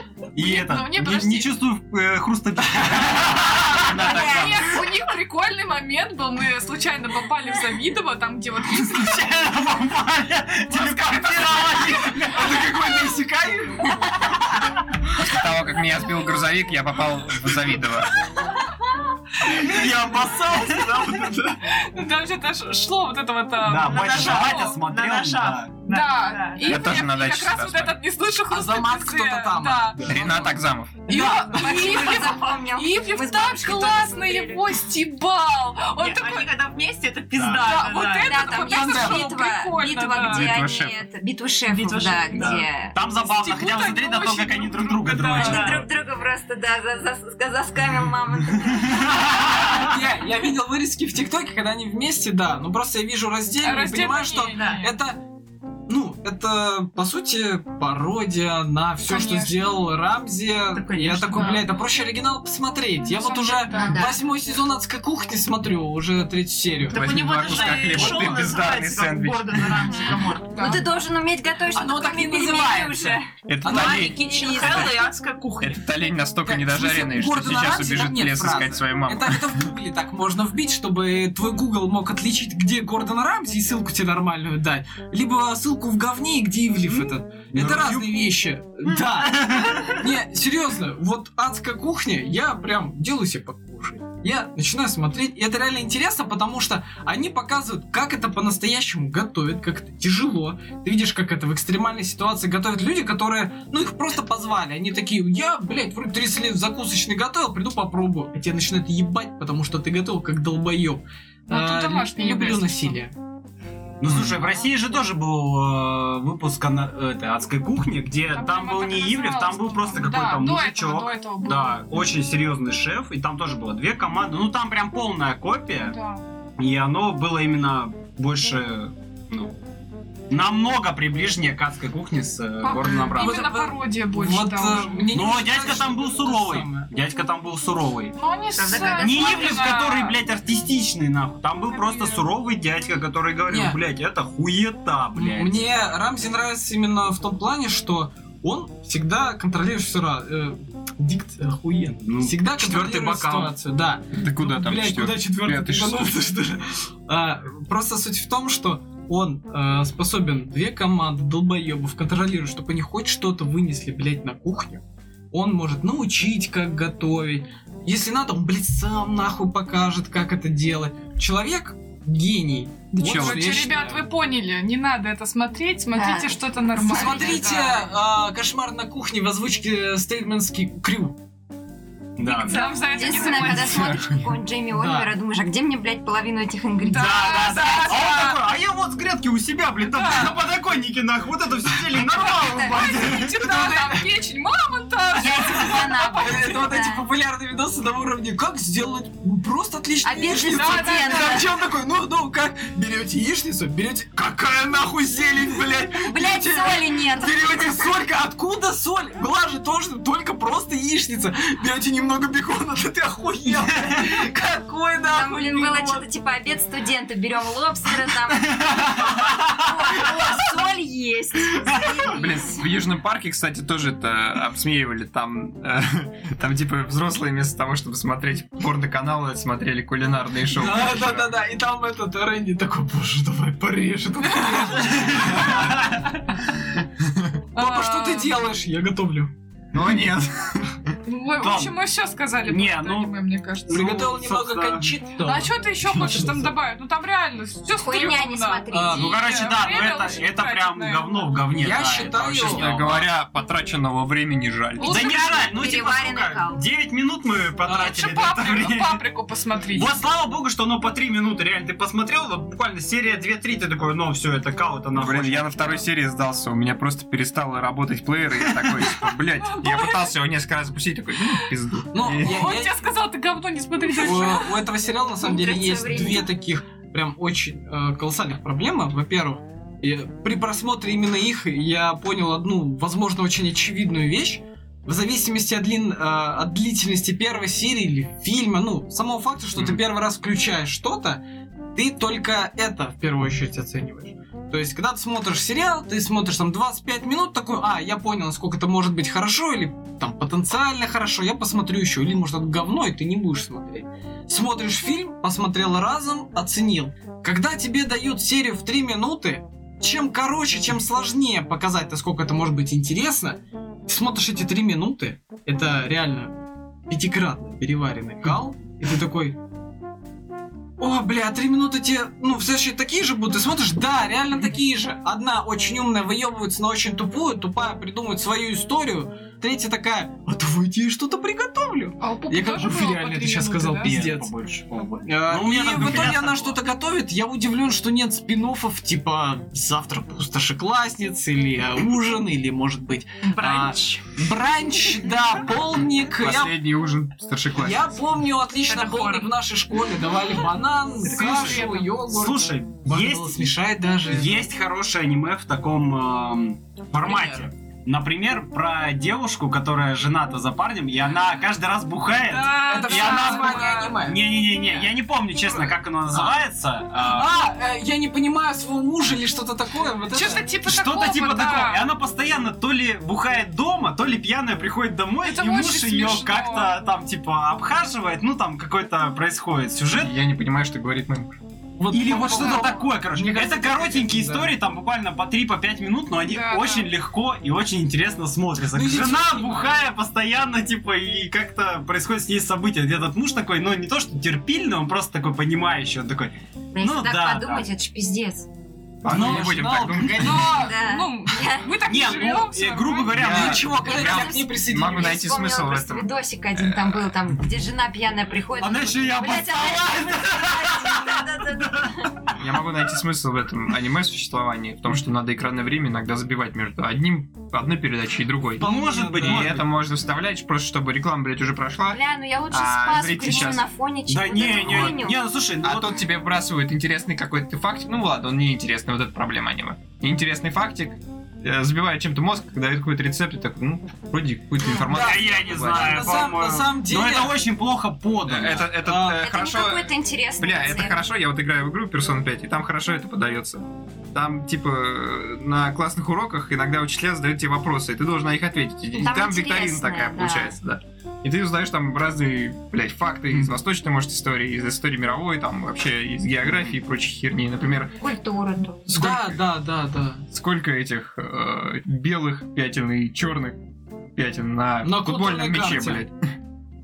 И Нет, это, ну, не, не, подожди. не чувствую э, хруста пива. Нет, у них прикольный момент был. Мы случайно попали в Завидово, там, где вот есть Телепортировали. Это какой-то иссякай? После того, как меня сбил грузовик, я попал в Завидово. Я опасался, да, вот это. Ну, там что-то шло вот это вот... а, Да, на батя ножах. Батя смотрел, на ножах. да. Да, и Я тоже на и даче как раз всегда вот этот не слышу хруста Азамат пиццы, кто-то там. Да. Ренат Акзамов. И Да. он- Ивлев- запомнил. Ивлев Мы с так бабушкой тоже классно смотрели. его стебал. Он Не, такой... Они когда вместе, это пизда. Да, вот это- Да, там вот есть это было битва, прикольно, битва, да. где Битва они шефов. это, битва шефов, Битва да, шефов, да. где Там забавно, Стебут хотя бы они смотреть на то, очень как они друг друг друга друга, да. дрочат. они друг друга просто, да, за, за, заскамил мама. Я, я видел вырезки в ТикТоке, когда они вместе, да. Ну просто я вижу раздельно и Раздельно понимаю, что не, да. не. это, ну, это по сути пародия на все, что Конечно. сделал Рамзи. Да, Я конечно, такой, да. бля, это проще оригинал посмотреть. Я На вот самом уже деле, да. Да. восьмой сезон «Адской кухни» смотрю, уже третью серию. Так у Возьми него два даже куска хлеба, шоу ты бездарный называется как сэндвич. Гордон Рамси, камон. Да. Ну ты должен уметь готовить, Оно чтобы так не пельмени называется. уже. Этот Оно олень, Kitchen Hell и адская кухня. этот олень настолько Так, недожаренный, в смысле, что Гордона сейчас Рамси убежит там в нет лес фразы. искать свою маму. Это, это в гугле так можно вбить, чтобы твой Google мог отличить, где Гордон Рамси, и ссылку тебе нормальную дать. Либо ссылку в говне, и где Ивлев этот. Это разные вещи. Да. Не, серьезно, вот «Адская кухня», я прям делаю себе покушать. Я начинаю смотреть, и это реально интересно, потому что они показывают, как это по-настоящему готовят, как это тяжело. Ты видишь, как это в экстремальной ситуации готовят люди, которые, ну, их просто позвали. Они такие, я, блядь, вроде тридцать лет в закусочной готовил, приду попробую. А тебя начинают ебать, потому что ты готовил как долбоеб. Ну, тут А, домашнее люблю еда, если насилие. Ну слушай, в России же тоже был э, выпуск ана- этой адской кухни, где там, по-моему, был так не и Ивлев, там был называлось, просто по-моему. какой-то Да, до мужичок. этого, до этого был. Да, очень серьезный шеф, и там тоже было две команды. Ну там прям полная копия, Да. и оно было именно больше, ну, намного приближеннее к адской кухне с э, Пап- Гордоном Рамси. Именно пародия больше, Вот, да, э, уже. мне не Но кажется, дядька там что был это то суровый. самое. Дядька там был суровый. Но они Правда, с- когда Не смотрели Ивлев, на- который, блядь, артистичный, нахуй. Там был просто Конечно. суровый дядька, который говорил, Не. блядь, это хуета, блядь. Мне Рамзи нравится именно в том плане, что он всегда контролирует все раз. Э, дикция охуенно. Ну, всегда четвертый контролирует бокал. ситуацию, да. Да куда Ну, там блядь, четвертый? куда четвертый? Пятый, Ты шестой. ебанулся, что ли? А, просто суть в том, что он э, способен две команды долбоебов контролировать, чтобы они хоть что-то вынесли, блядь, на кухню. Он может научить, как готовить. Если надо, он, блядь, сам нахуй покажет, как это делать. Человек гений. Да Вот чё, что Короче, я ребят, считаю. вы поняли, не надо это смотреть, смотрите Да. что-то нормальное. Смотрите да. а, «Кошмар на кухне» в озвучке Стейтментский Крю. Да. Нам за это не Единственное, когда заплатят. смотришь какого-нибудь Джейми Оливера, думаешь, а где мне, блядь, половину этих ингредиентов? Да, да, да. да, А он такой, а я вот с грядки у себя, блин, там на подоконнике, нахуй, вот это все зелень нарвал. Типа, там печень мамонта. Яйца кабана. Это вот эти Да. популярные видосы на уровне «Как сделать просто отличную Обед для яичницу». студента. Там чел такой, ну, ну, как? Берете яичницу, берете... Какая нахуй зелень, блядь? Блядь, Берете- соли нет. Берете солька, откуда соль? Была же тоже только просто яичница. Берете немного бекона, да ты охуел. Какой Там, нахуй блин, было бекон? что-то типа обед студента. Берем лобстера там. О, о, соль есть. Блин, Заебись. в Южном парке, кстати, тоже это обсмеивали. Там, э, там типа взрослые вместо того, чтобы смотреть порно-каналы, смотрели кулинарные шоу. Да, да, да, да. И там этот Рэнди такой, боже, давай порежь этот Папа, что ты делаешь? Я готовлю. Но нет. Мы, в Там. общем, мы все сказали. Не, про это ну, аниме, мне кажется. Приготовил немного собственно, кончит. А что ты еще хочешь там добавить? Ну там реально все Хуйня не смотрите. А, Ну, короче, да, но это, это прям говно в говне. Я да, считаю, это вообще честно говно. Говоря, потраченного времени жаль. Ну, Да не жаль, ну типа переваренный сколько? кал. девять минут мы потратили Лучше на это паприку, время. паприку посмотрите. Вот слава богу, что оно по три минуты, реально. Ты посмотрел, вот буквально серия две-три, ты такой, ну все, это кал, это нахуй. Блин, я на второй серии сдался, у меня просто перестал работать плеер, и я такой, типа, блядь, я пытался его несколько раз запустить, такой, ну, пизду. Ну, И- я- Он я- тебе сказал, ты говно не смотри дальше. У, у этого сериала на самом Ну, деле кажется, есть время. две таких прям очень э, колоссальных проблемы. Во-первых, я- при просмотре именно их я понял одну, возможно, очень очевидную вещь. В зависимости от, длин, э, от длительности первой серии или фильма, ну, самого факта, что ты Мгм. первый раз включаешь что-то, ты только это в первую очередь оцениваешь. То есть, когда ты смотришь сериал, ты смотришь там двадцать пять минут, такой, а, я понял, насколько это может быть хорошо, или там потенциально хорошо, я посмотрю еще, или может это говно, и ты не будешь смотреть. Смотришь фильм, посмотрел разом, оценил. Когда тебе дают серию в три минуты, чем короче, чем сложнее показать, насколько это может быть интересно, ты смотришь эти три минуты, это реально пятикратно переваренный кал, и ты такой... О, бля, три минуты тебе, ну, в следующие такие же будут. Ты смотришь, да, реально такие же. Одна очень умная выебывается на очень тупую, тупая придумывает свою историю. Третья такая, а давайте я что-то приготовлю. А у Пупы Я как тоже бы было по реально три это сейчас минуты, сказал, да? пиздец. Нет, побольше, побольше. А, Ну, у меня и так в итоге вариантов она было. что-то готовит. Я удивлен, что нет спин-оффов, типа «Завтрак у старшеклассниц» или а, «Ужин», или, может быть, Бранч. «Бранч», да, «Полник». Я Последний ужин старшеклассниц. Я помню отлично Это полник хоррор. в нашей школе. Давали банан, Это кашу, конкретно. йогурт. Слушай, Можно есть, было смешать даже. есть хорошее аниме в таком эм, формате. Например, про девушку, которая жената за парнем, и она каждый раз бухает. Да, Это да, все она- название аниме. Не-не-не, я не помню, честно, как оно называется. а, А, э, я не понимаю своего мужа или что-то такое. Вот это- Что-то типа Что-то такого, типа да. такого. И она постоянно то ли бухает дома, то ли пьяная приходит домой, Это и муж очень ее смешно. как-то там типа обхаживает, ну там какой-то происходит сюжет. Я не понимаю, что говорит мой муж. Вот, Или по- вот по- что-то такое, короче. Мне кажется, это коротенькие да. истории, там буквально по три пять минут, но они Да, очень да. легко и очень интересно смотрятся. Ну, Жена действительно. бухая постоянно, типа, и как-то происходит с ней события. Этот муж такой, ну, не то что терпильный, он просто такой понимающий, он такой, Да, если Ну так да, подумать, это ж пиздец. А, Ну, не будем ну, так думать. Но, Да. ну, мы так не, не ну, живем. э, всё грубо нормально. говоря, Я- мы- Ничего, когда Прям я к ней присоединюсь. могу найти Вспомнила смысл в просто этом. видосик один там был, там, где жена пьяная приходит. Она еще и Блядь, она- Да-да-да-да. Я могу найти смысл в этом аниме существовании, в том, что надо экранное время иногда забивать между одним, одной передачей и другой. Может быть, И может это можно вставлять, просто чтобы реклама, блядь, уже прошла. Бля, ну я лучше А, спас зрители включу щас- на фоне, чем Да вот не, эту не, хуйню. не, ну слушай, ну А вот- тут тебе вбрасывают интересный какой-то фактик. Ну ладно, он не интересный, вот это проблема аниме. Интересный фактик, э, забивает чем-то мозг, дает какой-то рецепт, и такой, ну, вроде какую-то информацию. Да, я не знаю, на самом- по-моему. на самом деле- Но это очень плохо Э, подано. Это, это, А, э, Это хорошо. не какой-то интересный Бля, это рецепт. хорошо, я вот играю в игру Persona пять, и там хорошо это подается. Там, типа, на классных уроках иногда учителя задают тебе вопросы, и ты должен на них ответить. И Там там викторина интересное, такая да. получается, да. И ты узнаешь там разные, блядь, факты из восточной, может, истории, из истории мировой, там, вообще из географии и прочей херни. Например, Культура тут. сколько, Да, да, да, да. сколько этих э, белых пятен и черных пятен на, На футбольном контурной мяче, карте. блядь.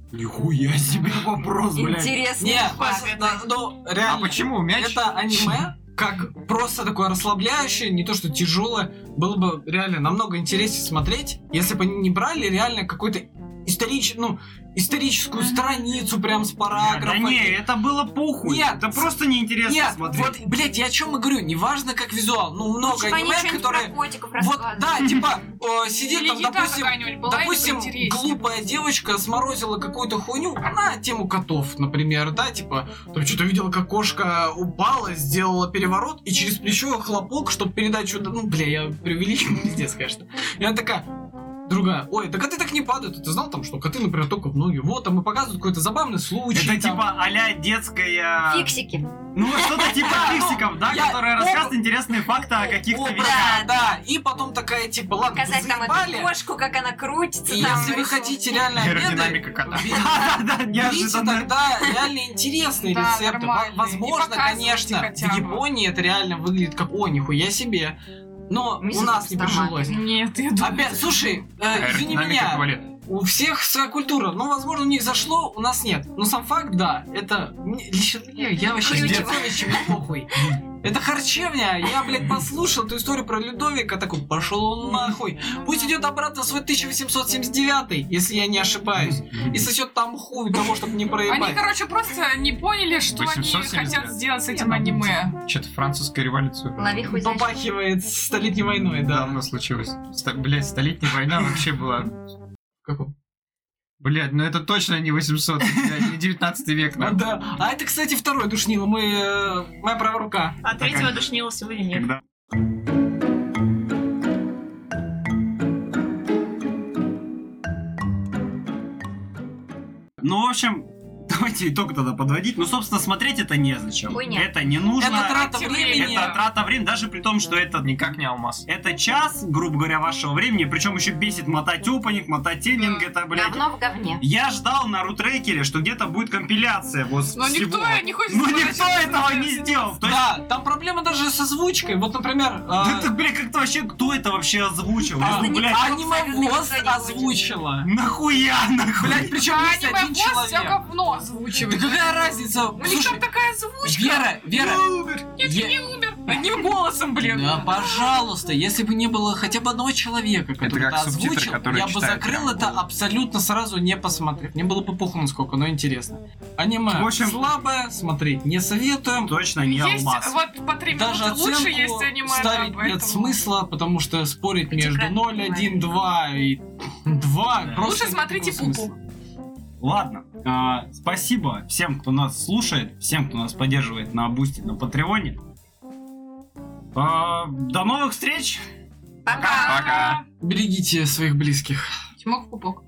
Нихуя себе вопрос, блядь. Интересный Не, факт. да, ну, А реально. почему мяч? Это аниме, как просто такое расслабляющее, не то что тяжелое, было бы реально намного интереснее смотреть, если бы они не брали реально какой-то историч... ну, историческую страницу прям с Да параграфами. не, это было похуй. Нет, это просто неинтересно Нет, смотреть. вот, блядь, я о чем и говорю, неважно как визуал, ну, много Лучше бы они аниме, что-нибудь которые... про котиков Вот, рассказывали. да, типа, э, сидит Или там, еда допустим, какая-нибудь была, допустим, им поинтереснее. глупая девочка сморозила какую-то хуйню на тему котов, например, да, типа, там что-то видела, как кошка упала, сделала переворот, и через плечо хлопок, чтобы передать что-то, ну, бля, я преувеличиваю, пиздец, конечно. И она такая... Другая, ой, да коты так не падают, ты знал там, что коты, например, только в ноги, вот, там и показывают какой-то забавный случай. Это там. типа а-ля детская... Фиксики. Ну, что-то типа Да, ну, фиксиков, да, я- которые оба- рассказывают интересные факты о каких-то О, вещах. да, да, и потом такая, типа, ладно, вы Показать там заебали. эту кошку, как она крутится. И там, если вы рисунки. хотите реально Аэродинамика кота. Да-да-да, берите неожиданно. тогда реально интересные Да, рецепты. нормальные. Во- Возможно, И показывайте конечно, хотя в бы. Японии это реально выглядит как, о, нихуя себе. Но Миссис у нас не Стамат. прижилось. Нет, я думаю... Опять, слушай, э, извини Аэродинамика меня, туалета. у всех своя культура, ну, возможно, у них зашло, у нас нет. Но сам факт, да, это... мне- лично мне, я вообще с Крючево. Петровичем не похуй. Это харчевня, я, блядь, послушал эту историю про Людовика, такой, пошел он нахуй. Пусть идет обратно в свой тысяча восемьсот семьдесят девятый, если я не ошибаюсь, и сосет там хуй того, чтобы не Они, проебать. короче, просто не поняли, что они восемьсот семьдесят хотят девять. сделать с этим аниме. Что-то французская революция. Лови хуй за Попахивает столетней войной, да. Давно случилось. Ста- Блядь, столетняя война вообще была. Какой? Блядь, ну это точно не восемьсот, блядь, не девятнадцатый век. А, нахуй. да. А это, кстати, второй душнило. Мы, э, моя правая рука. А третьего как- душнила сегодня нет. Когда... Ну, в общем, давайте итог тогда подводить. Ну, собственно, смотреть это незачем. Хуйня. Это не нужно. Это трата Тратьте времени. время. Это трата времени, даже при том, что это Никак не алмаз. это час, грубо говоря, вашего времени, причем еще бесит мотать опенинг, мотать эндинг, это, блядь. Говно в говне. Я ждал на рутрекере, что где-то будет компиляция вот Но всего. никто не хочет Ну сказать, никто что этого это не сделал. То есть, Да, там проблема даже с озвучкой. Вот, например, да э, это, блядь, как-то вообще, кто это вообще озвучил? а, Ну, блядь, аниме-воз озвучила. нахуя, нахуй? Блять, причем А есть аниме один все человек. говно Да озвучивает. какая разница? У них Слушай, там такая озвучка. Вера, Вера, Нет, я- не умер. Одним голосом, блин. да, пожалуйста, если бы не было хотя бы одного человека, который как это субтитры, озвучил, которые я бы читают закрыл прям. это абсолютно сразу, не посмотрев. Мне было бы похуй насколько, но интересно. Аниме В общем- слабое, смотреть не советуем. Точно не Есть алмаз. вот по три Даже минуты лучше оценку есть аниме. ставить да, нет поэтому. смысла, потому что спорить между Пятикратное ноль, один, два и два Да. просто Лучше нет смотрите никакого смысла. Пупу. Ладно, а, спасибо всем, кто нас слушает, всем, кто нас поддерживает на Бусти, на Патреоне. А, до новых встреч! Пока. Пока. Берегите своих близких. Чмок в пупок.